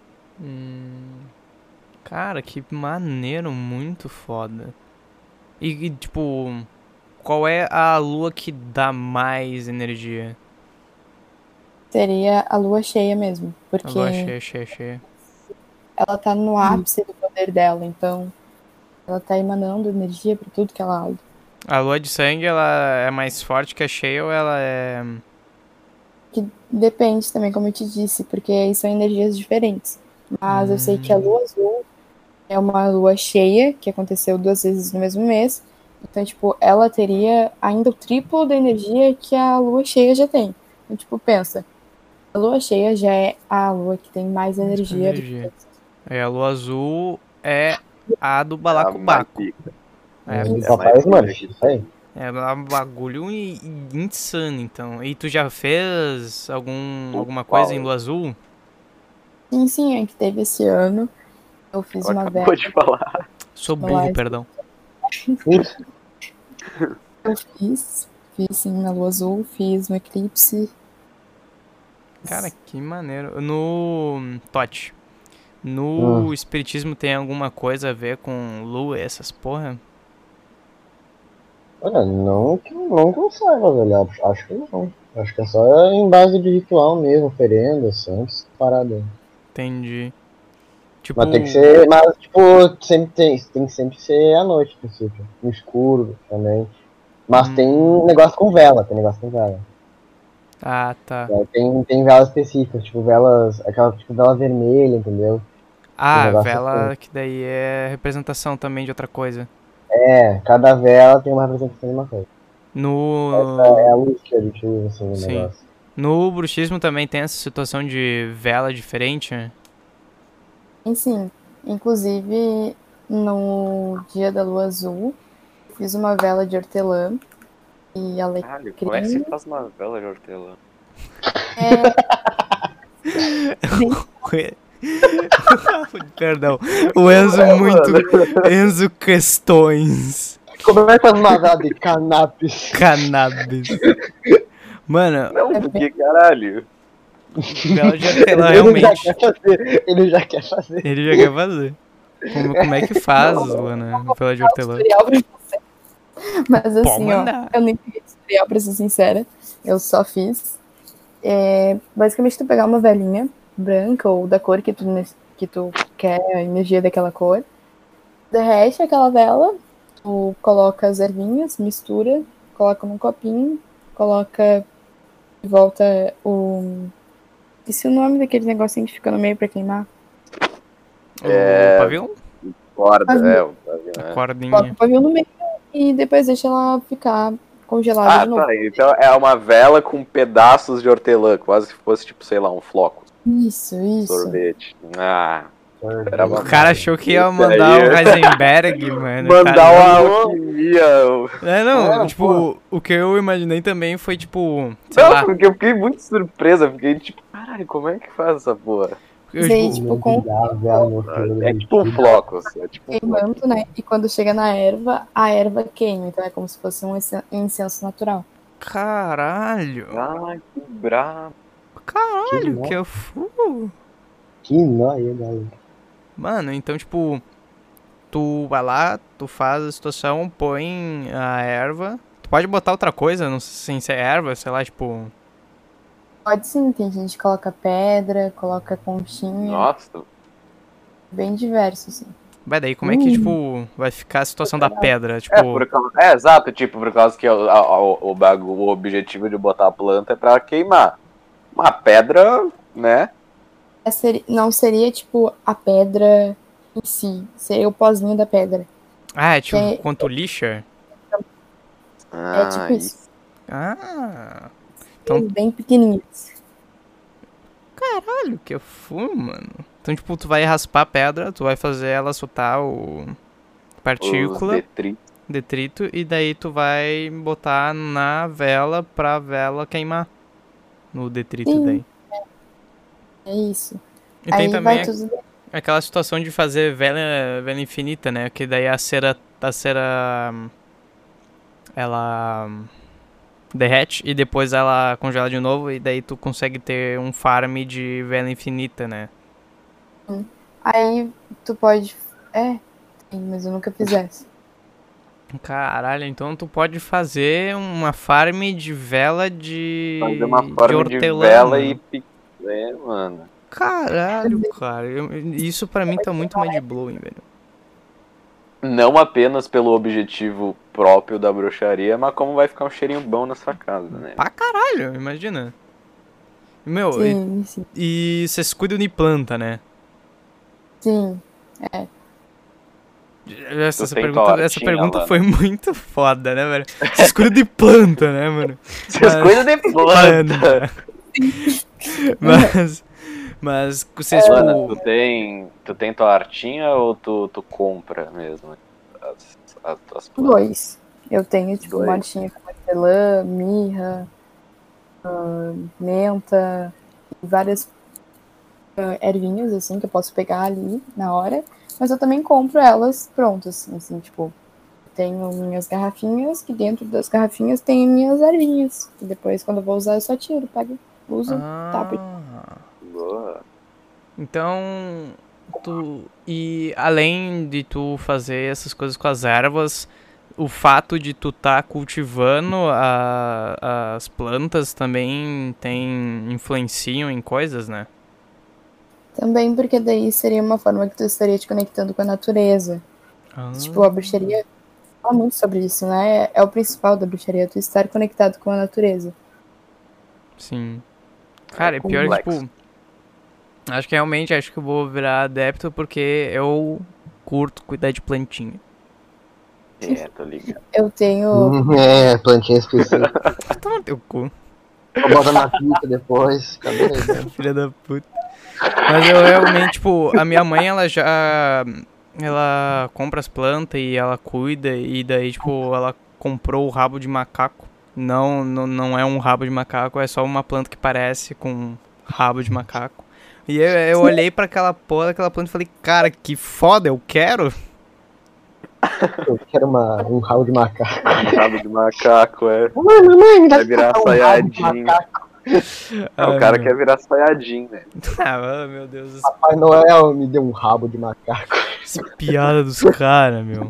Hum, cara, que maneiro, muito foda. E, e, tipo, qual é a lua que dá mais energia? Seria a lua cheia mesmo, A porque lua cheia, cheia, cheia. ela tá no ápice do poder dela, então ela tá emanando energia para tudo que ela olha. A lua de sangue, ela é mais forte que a cheia ou ela é... Que depende também, como eu te disse, porque aí são energias diferentes. Mas hum. eu sei que a lua azul é uma lua cheia, que aconteceu duas vezes no mesmo mês. Então, tipo, ela teria ainda o triplo da energia que a lua cheia já tem. Então, tipo, pensa, a lua cheia já é a lua que tem mais energia. energia. Do que... É, a lua azul é a do balacobaco. É, do Papai Smurf, isso aí. É um bagulho insano, então. E tu já fez algum, alguma coisa em lua azul? Sim, sim, é que teve esse ano. Eu fiz Agora uma acabou vela. de falar. Sou burro, perdão. Eu fiz, fiz sim na lua azul, fiz no eclipse. Cara, que maneiro. No Tote, no hum. espiritismo tem alguma coisa a ver com lua e essas porra? Olha, não que não que eu saiba, velho. Acho que não. Acho que é só em base de ritual mesmo, oferenda, santos, parada. Entendi. Tipo... Mas tem que ser, mas tipo, sempre tem, tem que sempre ser à noite, no princípio. No escuro também. Mas hum. tem negócio com vela, tem negócio com vela. Ah, tá. É, tem, tem velas específicas, tipo velas, aquela tipo vela vermelha, entendeu? Ah, vela assim. Que daí é representação também de outra coisa. É, cada vela tem uma representação de uma coisa. No... Essa é a luz que a gente usa, assim, no Sim. negócio. No bruxismo também tem essa situação de vela diferente, né? Sim, sim. Inclusive, no dia da lua azul, fiz uma vela de hortelã e alecrim. Caralho, como é que você faz uma vela de hortelã? É... Perdão. O Enzo muito... Enzo questões. Como é que faz uma vela de cannabis? Cannabis. Mano... Não, porque caralho. Vela de hortelã, realmente. Ele já quer fazer. Ele já quer fazer. Ele já quer fazer. Como, como é que faz, Luana, vela de hortelã? Mas assim, ó, eu nem peguei tutorial, pra ser sincera. Eu só fiz. É, basicamente, tu pegar uma velinha branca ou da cor que tu, que tu quer, a energia daquela cor. Derrete aquela vela, tu coloca as ervinhas, mistura, coloca num copinho, coloca de volta o... Esqueci o nome daquele negocinho que fica no meio pra queimar. É... O pavião? Corda, pavião. é, o pavião, é. A cordinha. Coloca o pavião no meio e depois deixa ela ficar congelada ah, de novo. Tá, então é uma vela com pedaços de hortelã, quase que fosse, tipo, sei lá, um floco. Isso, isso. Sorvete. Ah... O cara achou que ia mandar o Heisenberg, mano. Mandar uma alquimia. É, não, é, tipo, pô. O que eu imaginei também foi, tipo, sei não, lá. porque eu fiquei muito surpresa, fiquei tipo, caralho, como é que faz essa porra? Eu, Sei, tipo, com... É tipo um floco, assim, é tipo um queimando, floco. Né? E quando chega na erva, a erva queima, então é como se fosse um incenso natural. Caralho. Ai, que brabo. Caralho, Que que eu fu. Que nóia, galera. Mano, então, tipo, tu vai lá, tu faz a situação, põe a erva. Tu pode botar outra coisa, não sei sem ser erva, sei lá, tipo... Pode sim, tem gente que coloca pedra, coloca conchinha, Nossa. bem diverso, assim. Vai daí, como é que, tipo, vai ficar a situação da pedra? Tipo, É, por causa... é, exato, tipo, por causa que o, a- o, o, bagu- o objetivo de botar a planta é pra queimar. Uma pedra, né? É, seri- Não seria, tipo, a pedra em si, seria o pozinho da pedra. ah, é tipo, é- quanto lixa? É tipo isso. Ah, Então- Bem, bem pequenininhos. caralho, que eu fui, mano. Então, tipo, tu vai raspar a pedra, tu vai fazer ela soltar o Os partícula, detritos. detrito, e daí tu vai botar na vela pra vela queimar. No detrito Sim. daí. É isso. E tem Aí também vai tudo. aquela situação de fazer vela, vela infinita, né? Que daí a cera, a cera, hum, ela hum, derrete e depois ela congela de novo e daí tu consegue ter um farm de vela infinita, né? Aí tu pode. É, tem, mas eu nunca fiz essa. Caralho, então tu pode fazer uma farm de vela de, Fazer uma de forma de, hortelã. vela mano. e... pi- É, mano. Caralho, cara. eu- isso pra mim tá muito mind-blowing, velho. Não apenas pelo objetivo próprio da bruxaria, mas como vai ficar um cheirinho bom na sua casa, né? Pra caralho, imagina. Meu, e, Sim, sim. e vocês cuidam de planta, né? Sim. Essa, Tu essa tem pergunta, tortinha, essa pergunta Lana? foi muito foda, né, velho? Vocês cuidam de planta, né, mano? Vocês Mas- cuidam de planta. Mas, mas vocês, Lana, tipo... tu tem, tu tem tua hortinha ou tu, tu compra mesmo as, as tuas plantas? Dois. Eu tenho, tipo, Dois. uma hortinha com hortelã, mirra, ah, menta, várias ah, ervinhas, assim, que eu posso pegar ali na hora. Mas eu também compro elas prontas, assim, tipo, tenho minhas garrafinhas, que dentro das garrafinhas tem minhas ervinhas. E depois, quando eu vou usar, eu só tiro, pego, uso, tapo. Ah, Boa. então, tu... E além de tu fazer essas coisas com as ervas, o fato de tu tá cultivando a- as plantas também tem influenciam em coisas, né? Também porque daí seria uma forma que tu estaria te conectando com a natureza. Ah, Tipo, a bruxaria fala muito sobre isso, né? É o principal da bruxaria, tu estar conectado com a natureza. sim. Cara, e pior, complexo. tipo... Acho que realmente, acho que eu vou virar adepto porque eu curto cuidar de plantinha. É, tô ligado. Eu tenho. Hum, É, plantinha específica. Toma teu cu, Bota na pizza depois. Tá beleza. filha da puta. Mas eu realmente, tipo, a minha mãe, ela já... Ela compra as plantas e ela cuida e daí, tipo, ela comprou o rabo de macaco. Não, não, não é um rabo de macaco, é só uma planta que parece com rabo de macaco. E eu, eu olhei pra aquela porra daquela planta e falei, cara, que foda, eu quero. Eu quero uma, um rabo de macaco. Rabo de macaco, é. Mamãe, mamãe, me dá Vai virar um rabo de Sayajin. macaco. Ah, o cara quer virar Sayajin, né? Ah, meu Deus, essa, Papai Noel me deu um rabo de macaco. essa piada dos caras, meu.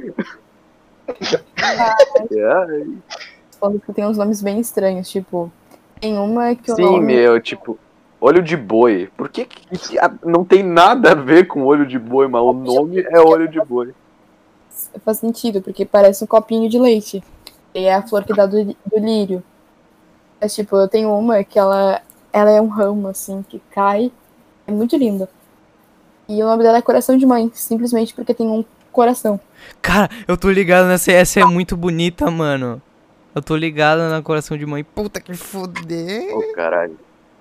É, Falando que tem uns nomes bem estranhos, tipo. Tem uma que o sim, nome. meu, tipo, olho de boi. Por que, que a- não tem nada a ver com olho de boi, mas o nome é olho de boi? Faz sentido, porque parece um copinho de leite. E é a flor que dá do, do lírio. Mas, tipo, eu tenho uma que ela, ela é um ramo, assim, que cai. É muito linda. E o nome dela é Coração de Mãe, simplesmente porque tem um coração. Cara, eu tô ligado nessa, essa é muito bonita, mano. Eu tô ligado na coração de mãe. Puta que foder. Ô, caralho.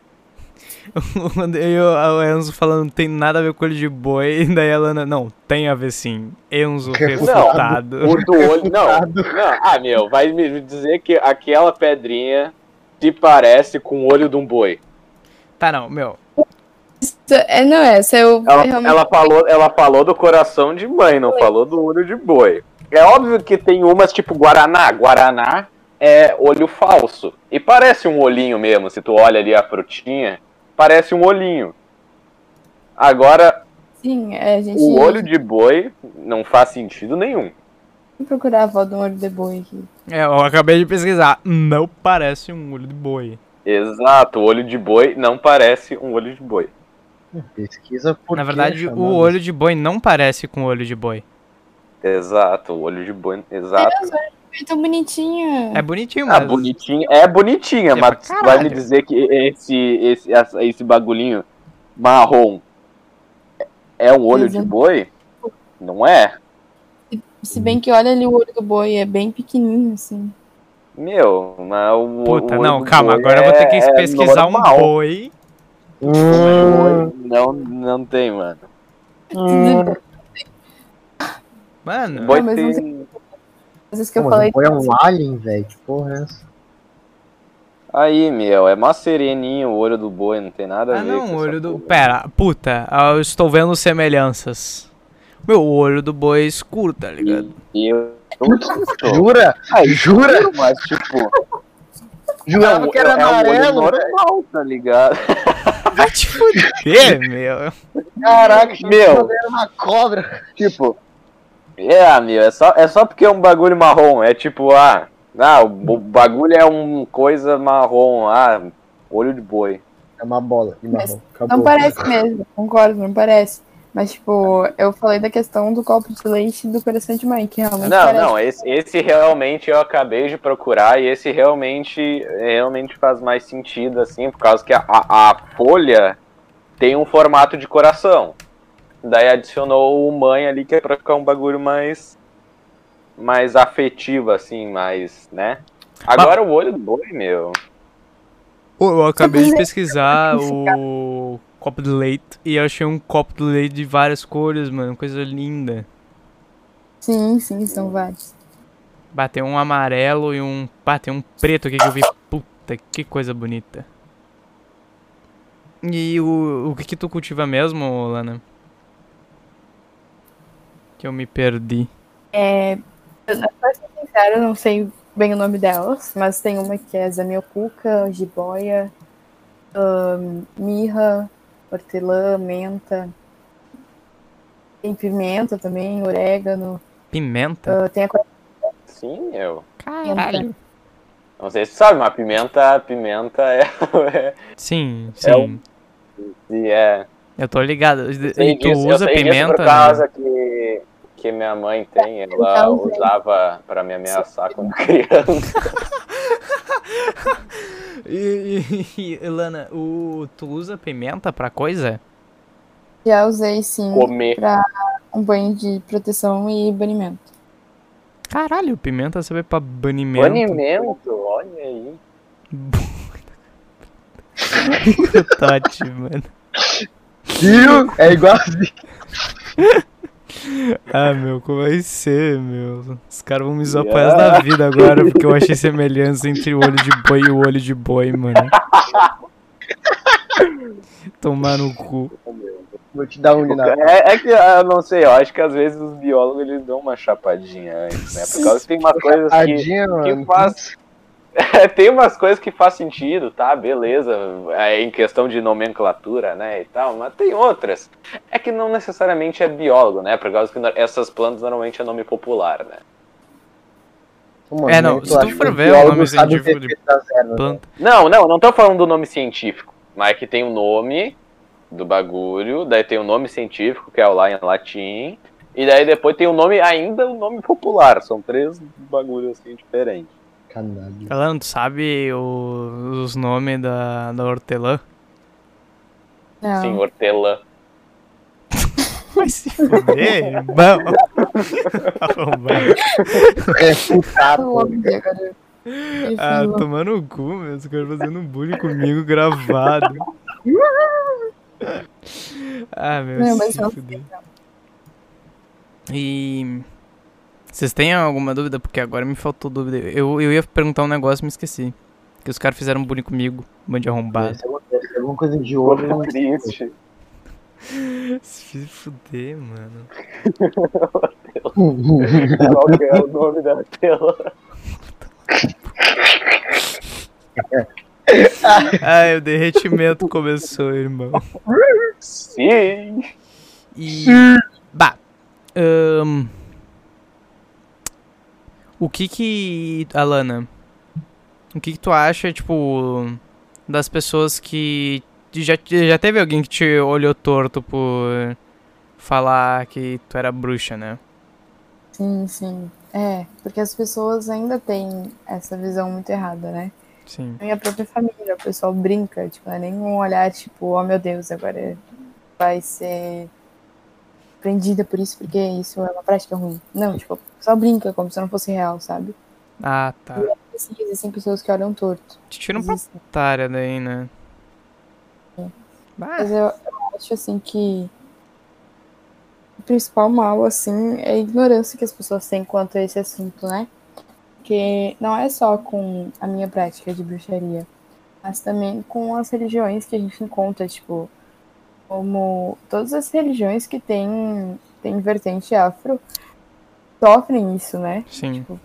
Eu, o Enzo falando não tem nada a ver com olho de boi. E daí a Lana, não, tem a ver sim. Enzo refutado. O do olho. Não, não. Ah, meu, vai me dizer que aquela pedrinha se parece com o olho de um boi. Tá, não, meu. É, não, essa eu Ela, realmente. ela, falou, ela falou do coração de mãe, não falou do olho de boi. É óbvio que tem umas tipo Guaraná. Guaraná é olho falso. E parece um olhinho mesmo, se tu olha ali a frutinha, parece um olhinho. Agora, Sim, é, a gente o olho de boi não faz sentido nenhum. Vou procurar a foto do olho de boi aqui. É, eu acabei de pesquisar. Não parece um olho de boi. Exato, o olho de boi não parece um olho de boi. Pesquisa por Na que verdade, é o chamado olho de boi não parece com o olho de boi. Exato, o olho de boi, exato. Deus, olha que tão bonitinha. É bonitinho, Ah, mas... bonitinha, é bonitinha, É mas pra tu vai caralho. me dizer que esse, esse, essa- esse bagulhinho marrom é um olho de Exato. boi? Não é? Se bem que olha ali o olho do boi, é bem pequenininho, assim. Meu, mas o, Puta, o olho não, do calma, boi agora eu é, vou ter que é pesquisar um normal. boi. Hum, Boi não, não tem, mano. hum. Mano, Boi Não, mas não tem... Às vezes que eu Pô, falei. mas o boi é um alien, velho. Que porra é essa? Aí, meu, é mó sereninho o olho do boi, não tem nada a ah ver não, com o olho essa do... porra. Pera, puta, eu estou vendo semelhanças. Meu, o olho do boi é escuro, tá ligado? E eu... eu Jura? Ai, Jura? mas tipo... Jurava não, que era é, é um olho amarelo, velho. normal, tá ligado? Vai te fuder, meu. Caraca, Meu. meu, era uma cobra. Tipo... É, meu, é só, é só porque é um bagulho marrom. É tipo, ah... Ah, o, o bagulho é um coisa marrom. Ah, olho de boi. É uma bola de marrom. Acabou. Não parece mesmo, concordo, não parece. Mas, tipo, eu falei da questão do copo de leite e do coração de mãe, que realmente Não, parece. não, esse, esse realmente eu acabei de procurar e esse realmente, realmente faz mais sentido, assim, por causa que a, a folha tem um formato de coração. Daí adicionou o mãe ali, que é pra ficar um bagulho mais, mais afetivo, assim, mais, né? Agora o olho do boi, meu... Pô, eu acabei de pesquisar o copo de leite e eu achei um copo de leite de várias cores, mano. Coisa linda. Sim, sim, são vários. Bateu um amarelo e um... Bateu um preto aqui que eu vi. Puta, que coisa bonita. E o, o que que tu cultiva mesmo, Lana? Que eu me perdi. É, pra ser sincera, eu não sei bem o nome delas, mas tem uma que é zamioculca, jiboia, ahn, mirra, hortelã, menta. Tem pimenta também, orégano. Pimenta? ah, tem a coisa Sim, meu... Caralho. Não sei se você sabe, mas pimenta, pimenta é... é Sim, É sim. e é... Eu tô ligado. Sei E tu disso, eu usa sei disso pimenta, por causa que, que minha mãe tem, ela já usei. usava pra me ameaçar quando criança. E, e, e, Lana, o, tu usa pimenta pra coisa? já usei sim Comer. pra um banho de proteção e banimento. Caralho, pimenta serve pra banimento. Banimento, olha aí. Tote, mano. Viu? É igualzinho. Ah, meu, como vai ser, meu? Os caras vão me zoar pro Yeah. resto da vida agora, porque eu achei semelhança entre o olho de boi e o olho de boi, mano. Tomar no cu. Vou te dar um de nada. É, é que eu não sei, eu acho que às vezes os biólogos eles dão uma chapadinha antes, né? Por causa que tem umas coisas que, Tadinha, que mano. faz. Tem umas coisas que faz sentido, tá? Beleza, é em questão de nomenclatura, né, e tal, mas tem outras. É que não necessariamente é biólogo, né? Por causa que essas plantas normalmente é nome popular, né? Mano, É, não, tu se tu acha que for os ver o biólogos nome sabem científico de defender das ervas, né? planta. Não, não, não tô falando do nome científico, mas que tem o nome do bagulho, daí tem o nome científico, que é o lá em latim, e daí depois tem o nome, ainda o nome popular. São três bagulhos assim diferentes. Canalha. Lana, tu sabe o- os nomes da, da hortelã? Não. Sim, hortelã. Vai se fuder, irmão. Arrombado. É putado. Eu amo de agora. Ele Ah, falou. tomando o cu, meu. Os caras fazendo bullying comigo gravado. Ah, meu, Não, mas se não. fuder. E... Vocês têm alguma dúvida? Porque agora me faltou dúvida. Eu, eu ia perguntar um negócio e me esqueci. Que os caras fizeram bullying comigo. Um monte de arrombado. Se é alguma coisa de ouro, eu não Triste. Se fuder, mano. Qual que é o nome da hortelã? Ai, o derretimento começou, irmão. Sim. E. Bah. ahn, o que que. Alana. O que que tu acha, tipo. Das pessoas que. Já, já teve alguém que te olhou torto por falar que tu era bruxa, né? Sim, sim. É, porque as pessoas ainda têm essa visão muito errada, né? Sim. Na minha própria família, o pessoal brinca, tipo, não é nem um olhar, tipo, oh meu Deus, agora vai ser prendida por isso, porque isso é uma prática ruim. Não, tipo, só brinca como se não fosse real, sabe? Ah, tá. Assim, existem pessoas que olham torto. Te tira um Existem. otária daí, né? Mas Ah, eu, eu acho, assim, que o principal mal, assim, é a ignorância que as pessoas têm quanto a esse assunto, né? Porque não é só com a minha prática de bruxaria, mas também com as religiões que a gente encontra, tipo, como todas as religiões que têm, têm vertente afro sofrem isso, né? sim. Tipo,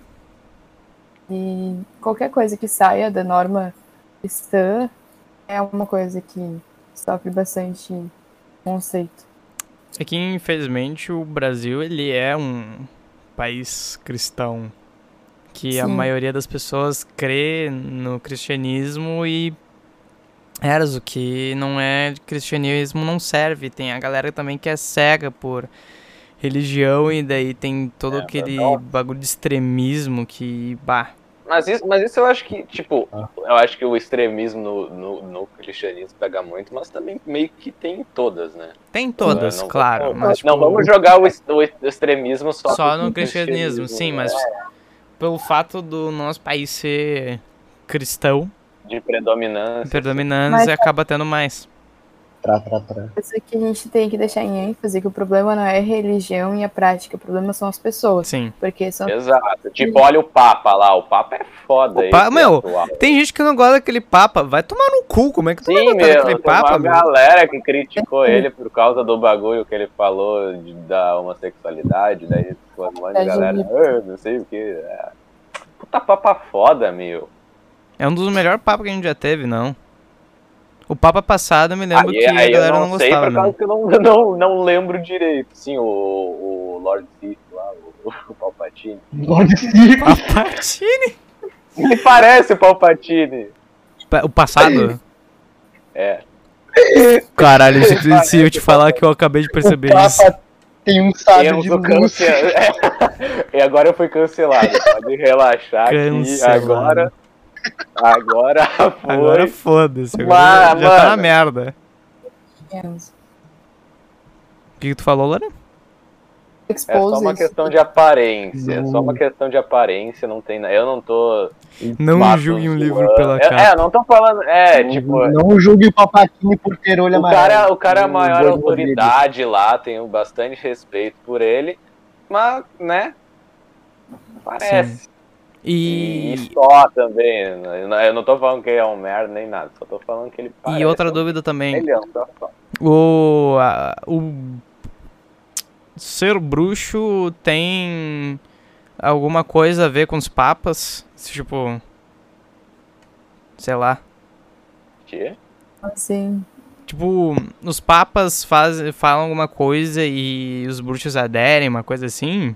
e qualquer coisa que saia da norma cristã é uma coisa que sofre bastante conceito. É que, infelizmente, o Brasil, ele é um país cristão. Que a Sim. maioria das pessoas crê no cristianismo e eras, o que não é cristianismo não serve. Tem a galera também que é cega por religião e daí tem todo É, aquele não. bagulho de extremismo que, bah, Mas isso, mas isso eu acho que, tipo, eu acho que o extremismo no, no, no cristianismo pega muito, mas também meio que tem em todas, né? tem todas, Não claro, vamos- mas não tipo, vamos jogar o, es- o extremismo só, só pro no cristianismo, sim, mas né? pelo fato do nosso país ser cristão, De predominância. predominância, Mas- acaba tendo mais. Tra, tra, tra. Isso que a gente tem que deixar em ênfase que o problema não é a religião e a prática, o problema são as pessoas. Sim. Porque são Exato. Tipo, olha o Papa lá, o Papa é foda. O pa- esse meu, atual. tem gente que não gosta daquele papa. Vai tomar no cu, como é que tu vai Sim, gostar meu, daquele tem uma papa, meu? galera que criticou ele por causa do bagulho que ele falou de, da homossexualidade, daí ficou um monte de galera, "Ah, não sei o que. É. Puta papa foda, meu. É um dos melhores papas que a gente já teve, não. O papa passado eu me lembro Aí, que aí a galera eu não, não sei gostava, por causa meu. que eu não, não, não lembro direito. Sim, o, o Lord Sith lá, o, o Palpatine. Lord Sith. Palpatine? Ele parece o Palpatine. Pa- O passado? É. Caralho, se, se eu te falar que eu acabei de perceber O isso. Papa tem um sábio Eu de sou luz. cancelado. E agora eu fui cancelado. Pode relaxar que Cancelado. agora. Agora foi. Agora foda-se, agora Mas, já, já tá na mano. merda. menos. O que, que tu falou, Lara? É só uma questão de aparência. É só uma questão de aparência, não tem nada. Eu não tô. Não mato julgue um zoando. livro pela É, capa. É, não tô falando. É, tipo. Não julgue o Palpatine por ter olho O amarelo. cara, o cara é a O maior olho autoridade lá, tenho bastante respeito por ele. Mas, né? Parece. E, E, e só também. né? Eu não- Eu não tô falando que ele é um merda nem nada. Só tô falando que ele parece. e outra um dúvida também. milhão, só, só. O, a- o ser bruxo tem alguma coisa a ver com os papas? Tipo, sei lá. Que? Assim, Tipo, os papas faz, falam alguma coisa e os bruxos aderem, uma coisa assim?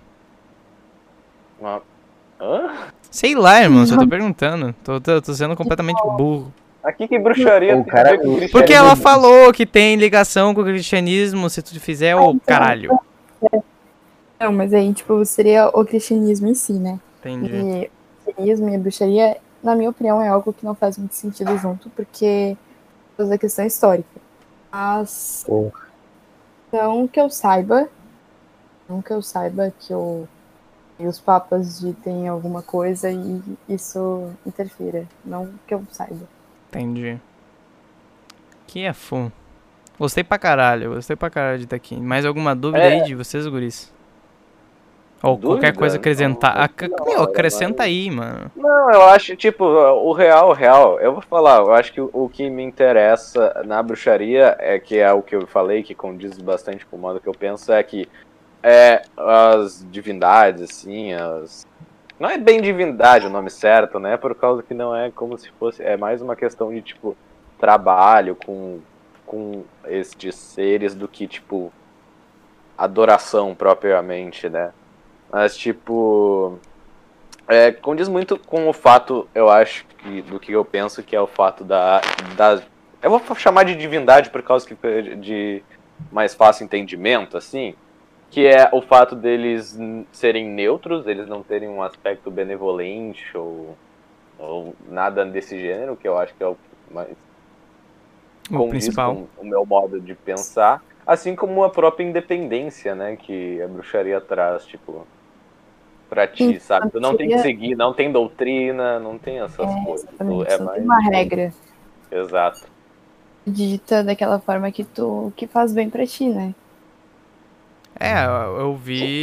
Uma... Hã? Sei lá, irmão, só tô perguntando. Tô, tô, tô sendo completamente burro. Aqui que bruxaria O tem cara- a ver com o- cristianismo? Porque ela falou que tem ligação com o cristianismo, se tu fizer, ô caralho. não, mas aí, tipo, seria o cristianismo em si, né? Entendi. E o cristianismo e a bruxaria, na minha opinião, é algo que não faz muito sentido junto, porque por causa da questão histórica. Mas, Porra. não que eu saiba, não que eu saiba que, o, que os papas ditem alguma coisa e isso interfira. Não que eu saiba. Entendi. Que é fu. Gostei pra caralho, gostei pra caralho de estar aqui. Mais alguma dúvida É. aí de vocês, guris? Ou Dúvida? qualquer coisa acrescentar. Não, Ac- não, Meu, era acrescenta mais- aí, mano. Não, eu acho, tipo, o real, o real, eu vou falar, eu acho que o, o que me interessa na bruxaria é que é o que eu falei, que condiz bastante com o modo que eu penso, é que é, as divindades, assim, as, Não é bem divindade o nome certo, né? Por causa que não é como se fosse... É mais uma questão de, tipo, trabalho com, com estes seres do que, tipo, adoração propriamente, né? Mas, tipo... É, condiz muito com o fato, eu acho, que, do que eu penso, que é o fato da... da eu vou chamar de divindade por causa que, de mais fácil entendimento, assim... Que é o fato deles serem neutros, eles não terem um aspecto benevolente ou, ou nada desse gênero, que eu acho que é o mais O condiz principal. com o meu modo de pensar. Assim como a própria independência, né, que a bruxaria traz, tipo, pra ti, Sim, sabe? Tu não tem que seria- seguir, não tem doutrina, não tem essas É, coisas. Tu exatamente. é Não mais... tem uma regra Exato. dita daquela forma que tu que faz bem pra ti, né? É, eu eu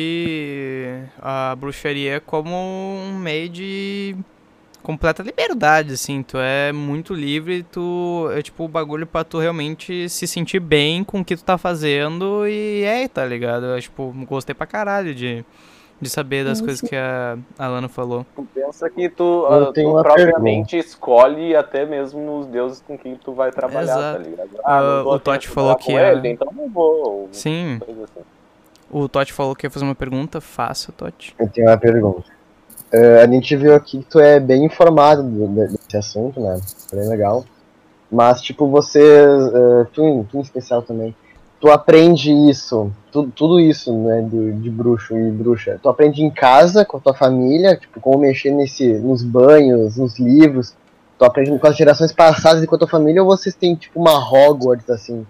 vi a bruxaria como um meio de completa liberdade, assim. Tu é muito livre, tu é tipo o bagulho pra tu realmente se sentir bem com o que tu tá fazendo e é, tá ligado? Eu, tipo, gostei pra caralho de, de saber das Sim, coisas sim. que a Alana falou. Tu pensa que tu, Eu ah, tenho tu uma propriamente escolhe até mesmo os deuses com quem tu vai trabalhar, tá Exato. ligado? Ah, não Ah, tô o afim de Totti falou trabalhar que com ia... ele, então não vou. Ou Sim, coisa assim. o Totti falou que ia fazer uma pergunta. Faça, Totti. Eu tenho uma pergunta. Eh, a gente viu aqui que tu é bem informado do- de- desse assunto, né? Bem legal. Mas, tipo, você, eh, tu, em- tu em especial também, tu aprende isso, tu- tudo isso, né, de, de bruxo e bruxa. Tu aprende em casa, com a tua família, tipo, como mexer nesse, nos banhos, nos livros. Tu aprende com as gerações passadas e com a tua família, ou vocês têm, tipo, uma Hogwarts, assim?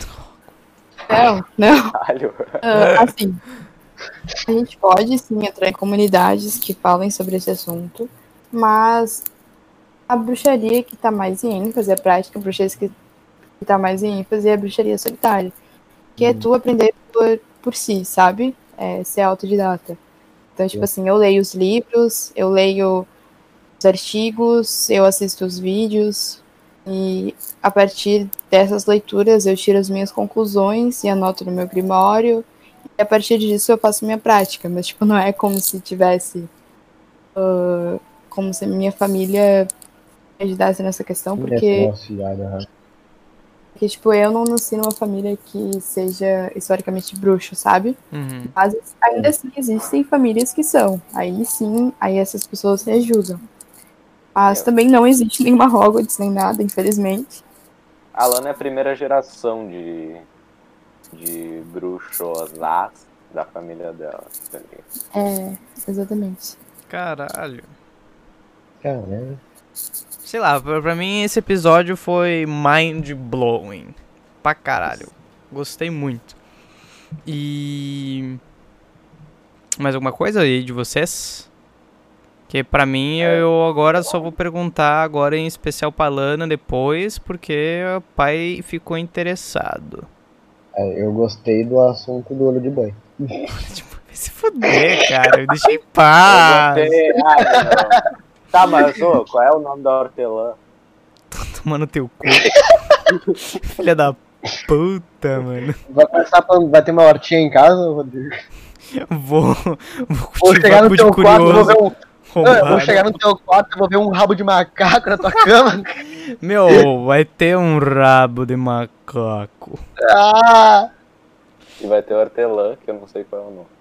Não, não. Caralho. Ah, assim, a gente pode sim entrar em comunidades que falem sobre esse assunto, mas a bruxaria que tá mais em ênfase, a prática bruxesca que, que tá mais em ênfase é a bruxaria solitária, que é tu aprender por, por si, sabe? É, ser autodidata. Então, tipo assim, eu leio os livros, eu leio os artigos, eu assisto os vídeos, e a partir dessas leituras eu tiro as minhas conclusões e anoto no meu grimório. E a partir disso eu faço minha prática, mas tipo, não é como se tivesse. Uh, como se minha família me ajudasse nessa questão, porque, porque tipo, eu não nasci numa família que seja historicamente bruxo, sabe? Uhum. Mas ainda assim existem famílias que são. Aí sim, aí essas pessoas se ajudam. Mas Eu- também não existe nenhuma Hogwarts nem nada, infelizmente. A Lana é a primeira geração de, de bruxosas da família dela. tá ligado? É, exatamente. Caralho. Caramba. Sei lá, pra, pra mim esse episódio foi mind-blowing. Pra caralho. Gostei muito. E... mais alguma coisa aí de vocês? Que pra mim eu agora só vou perguntar agora em especial pra Lana depois, porque o pai ficou interessado. É, eu gostei do assunto do olho de banho. Tipo, vai se fuder, cara. Me deixa em Eu paz. gostei. Ah, não. Tá, mas ô, qual é o nome da hortelã? Tomando teu cu. Filha da puta, mano. Vai começar pra, vai ter uma hortinha em casa, Rodrigo? Vou, vou Vou chegar cultivar no cu de teu quarto, vou curioso. ver um. Ah, eu vou Roubado. chegar no teu quarto, vou ver um rabo de macaco na tua cama. Meu, vai ter um rabo de macaco. Ah! E vai ter hortelã, que eu não sei qual é o nome.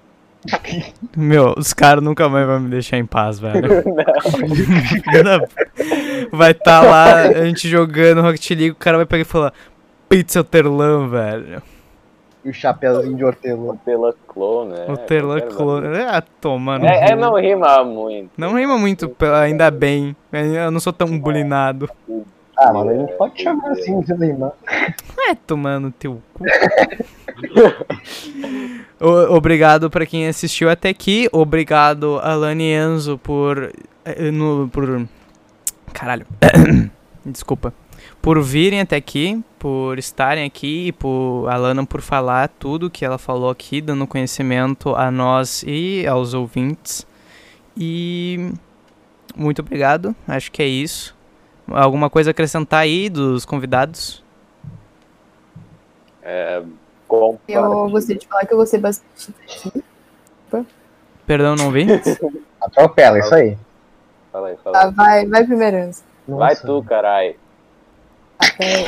Meu, os caras nunca mais vão me deixar em paz, velho. Vai estar tá lá, a gente jogando Rocket League, o cara vai pegar e falar Pizza Terlan, velho. E o chapéuzinho de hortelã. Hortelã clone, né? O Terlan qualquer clone. bagulho. Ah, toma, não. É, é, não rima muito. Não rima muito, ainda bem. Eu não sou tão bulinado. Ah, mas a gente pode chamar assim, não precisa rimar. É, tomando teu cu. O- Obrigado pra quem assistiu até aqui. Obrigado, Alane e Enzo, por. eh, No, por. Caralho. Desculpa. Por virem até aqui, por estarem aqui, e por Alana por falar tudo que ela falou aqui, dando conhecimento a nós e aos ouvintes. E muito obrigado. Acho que é isso. Alguma coisa a acrescentar aí dos convidados? É, Eu compartilha. gostaria de falar que eu gostei bastante daqui. Perdão, não vi? Atropela, isso aí. Fala aí, fala Tá, aí. vai, vai primeiro, Enzo. Vai Nossa. tu, carai. Até...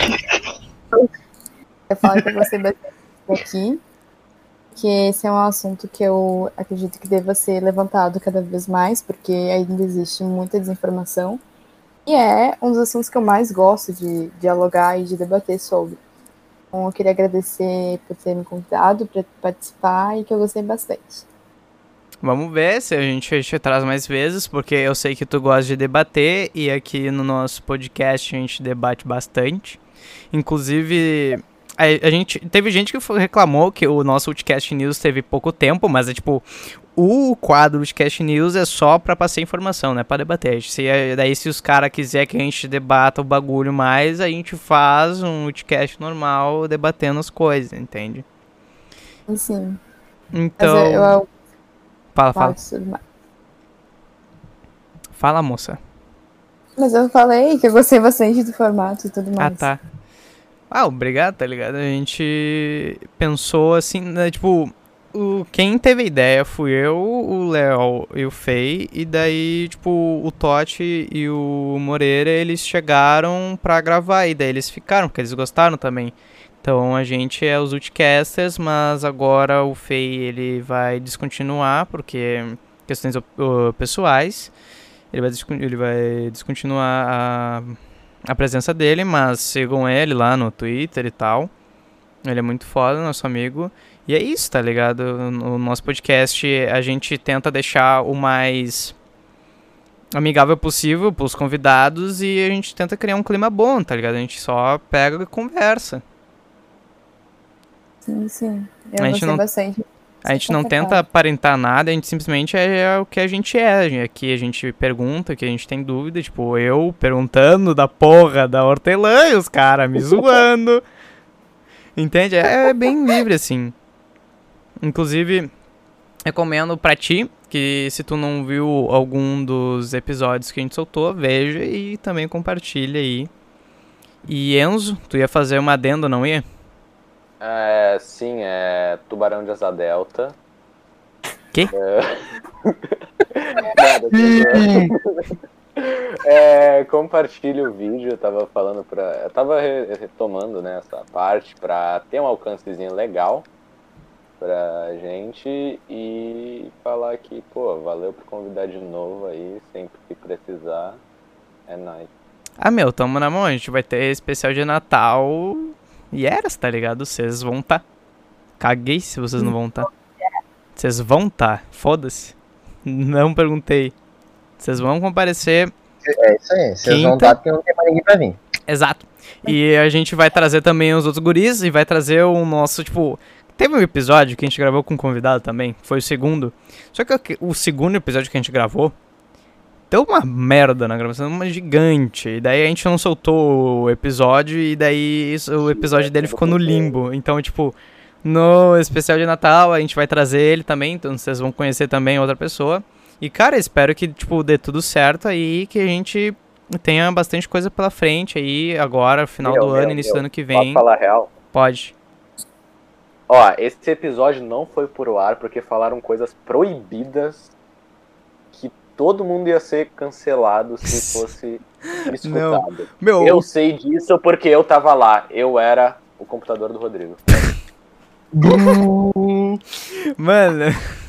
Eu falo que eu gostei bastante aqui, que esse é um assunto que eu acredito que deva ser levantado cada vez mais, porque ainda existe muita desinformação. E é um dos assuntos que eu mais gosto de dialogar e de debater sobre. Então, eu queria agradecer por ter me convidado para participar e que eu gostei bastante. Vamos ver se a gente, a gente traz mais vezes, porque eu sei que tu gosta de debater e aqui no nosso podcast a gente debate bastante. Inclusive, a, a gente teve gente que reclamou que o nosso Ulticast News teve pouco tempo, mas é tipo, o quadro Ulticast News é só pra passar informação, né, pra debater. Se, daí se os caras quiserem que a gente debata o bagulho mais, a gente faz um Ulticast normal debatendo as coisas, entende? Sim. Então... Mas eu, eu, Fala, fala. eu Fala, moça. Mas eu falei que eu gostei bastante do formato e tudo mais. Ah, tá. Ah, obrigado, tá ligado? A gente pensou assim, né, tipo, o, quem teve a ideia fui eu, o Léo e o Fei, e daí, tipo, o Totti e o Moreira, eles chegaram pra gravar, e daí eles ficaram, porque eles gostaram também. Então a gente é os Ulticasters, mas agora o Fei, ele vai descontinuar, porque questões uh, pessoais, ele vai, ele vai descontinuar a... a presença dele, mas sigam ele lá no Twitter e tal. Ele é muito foda, nosso amigo. E é isso, tá ligado? No nosso podcast a gente tenta deixar o mais amigável possível pros convidados e a gente tenta criar um clima bom, tá ligado? A gente só pega e conversa. Sim, sim. Eu A gente gostei não- bastante. A gente não tenta aparentar nada, a gente simplesmente é, é o que a gente é. Aqui a gente pergunta, que a gente tem dúvida. Tipo, eu perguntando da porra da hortelã e os caras me zoando. Entende? É, é bem livre, assim. Inclusive, recomendo pra ti que se tu não viu algum dos episódios que a gente soltou, veja e também compartilha aí. E Enzo, tu ia fazer uma adenda, não ia? É, sim, é Tubarão de Asa Delta. Quê? É... Nada, tô... é, compartilhe o vídeo, eu tava falando pra... Eu tava re retomando, né, essa parte pra ter um alcancezinho legal pra gente e falar que, pô, valeu por convidar de novo aí, sempre que precisar, é nóis. Ah, meu, tamo na mão, a gente vai ter especial de Natal e eras, tá ligado? Vocês vão tá. Caguei se vocês não vão tá. Vocês vão tá, foda-se. Não perguntei. Vocês vão comparecer. É isso aí. Vocês Quinta. vão estar porque não tem mais ninguém pra vir. Exato. E a gente vai trazer também os outros guris e vai trazer o nosso, tipo... Teve um episódio que a gente gravou com um convidado também, foi o segundo. Só que o segundo episódio que a gente gravou deu uma merda na gravação, uma gigante. E daí a gente não soltou o episódio e daí isso, o episódio dele ficou no limbo. Então, tipo, no especial de Natal a gente vai trazer ele também, então vocês vão conhecer também outra pessoa. E, cara, espero que, tipo, dê tudo certo aí, que a gente tenha bastante coisa pela frente aí, agora, final Meu, do ano, meu, início meu. do ano que Posso vem. falar real? Pode. Ó, esse episódio não foi pro ar porque falaram coisas proibidas que todo mundo ia ser cancelado se fosse escutado. Meu, Eu sei disso porque eu tava lá. Eu era o computador do Rodrigo. mano,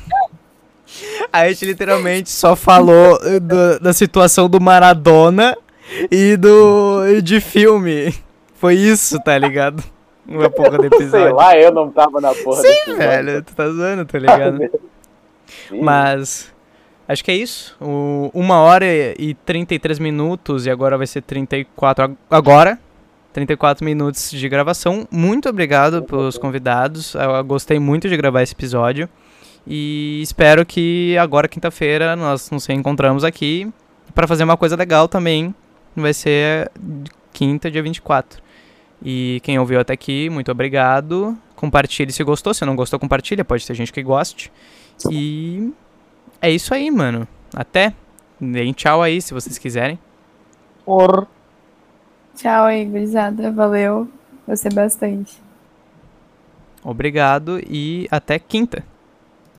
a gente literalmente só falou do- da situação do Maradona e do e de filme. Foi isso, tá ligado? Uma porra do Sei episódio. lá, eu não tava na porra desse Sim, episódio. velho, tu tá zoando, tá ligado? Sim. Mas acho que é isso. O, uma hora e trinta e três minutos e agora vai ser trinta e quatro ag- agora. trinta e quatro minutos de gravação. Muito obrigado pelos convidados. Eu gostei muito de gravar esse episódio. E espero que agora, quinta-feira, nós nos reencontramos aqui para fazer uma coisa legal também. Vai ser quinta, dia vinte e quatro. E quem ouviu até aqui, muito obrigado. Compartilhe se gostou. Se não gostou, compartilha. Pode ter gente que goste. E é isso aí, mano. Até. Deem tchau aí, se vocês quiserem. Por... Tchau aí, gurizada. Valeu. Gostei bastante. Obrigado e até quinta.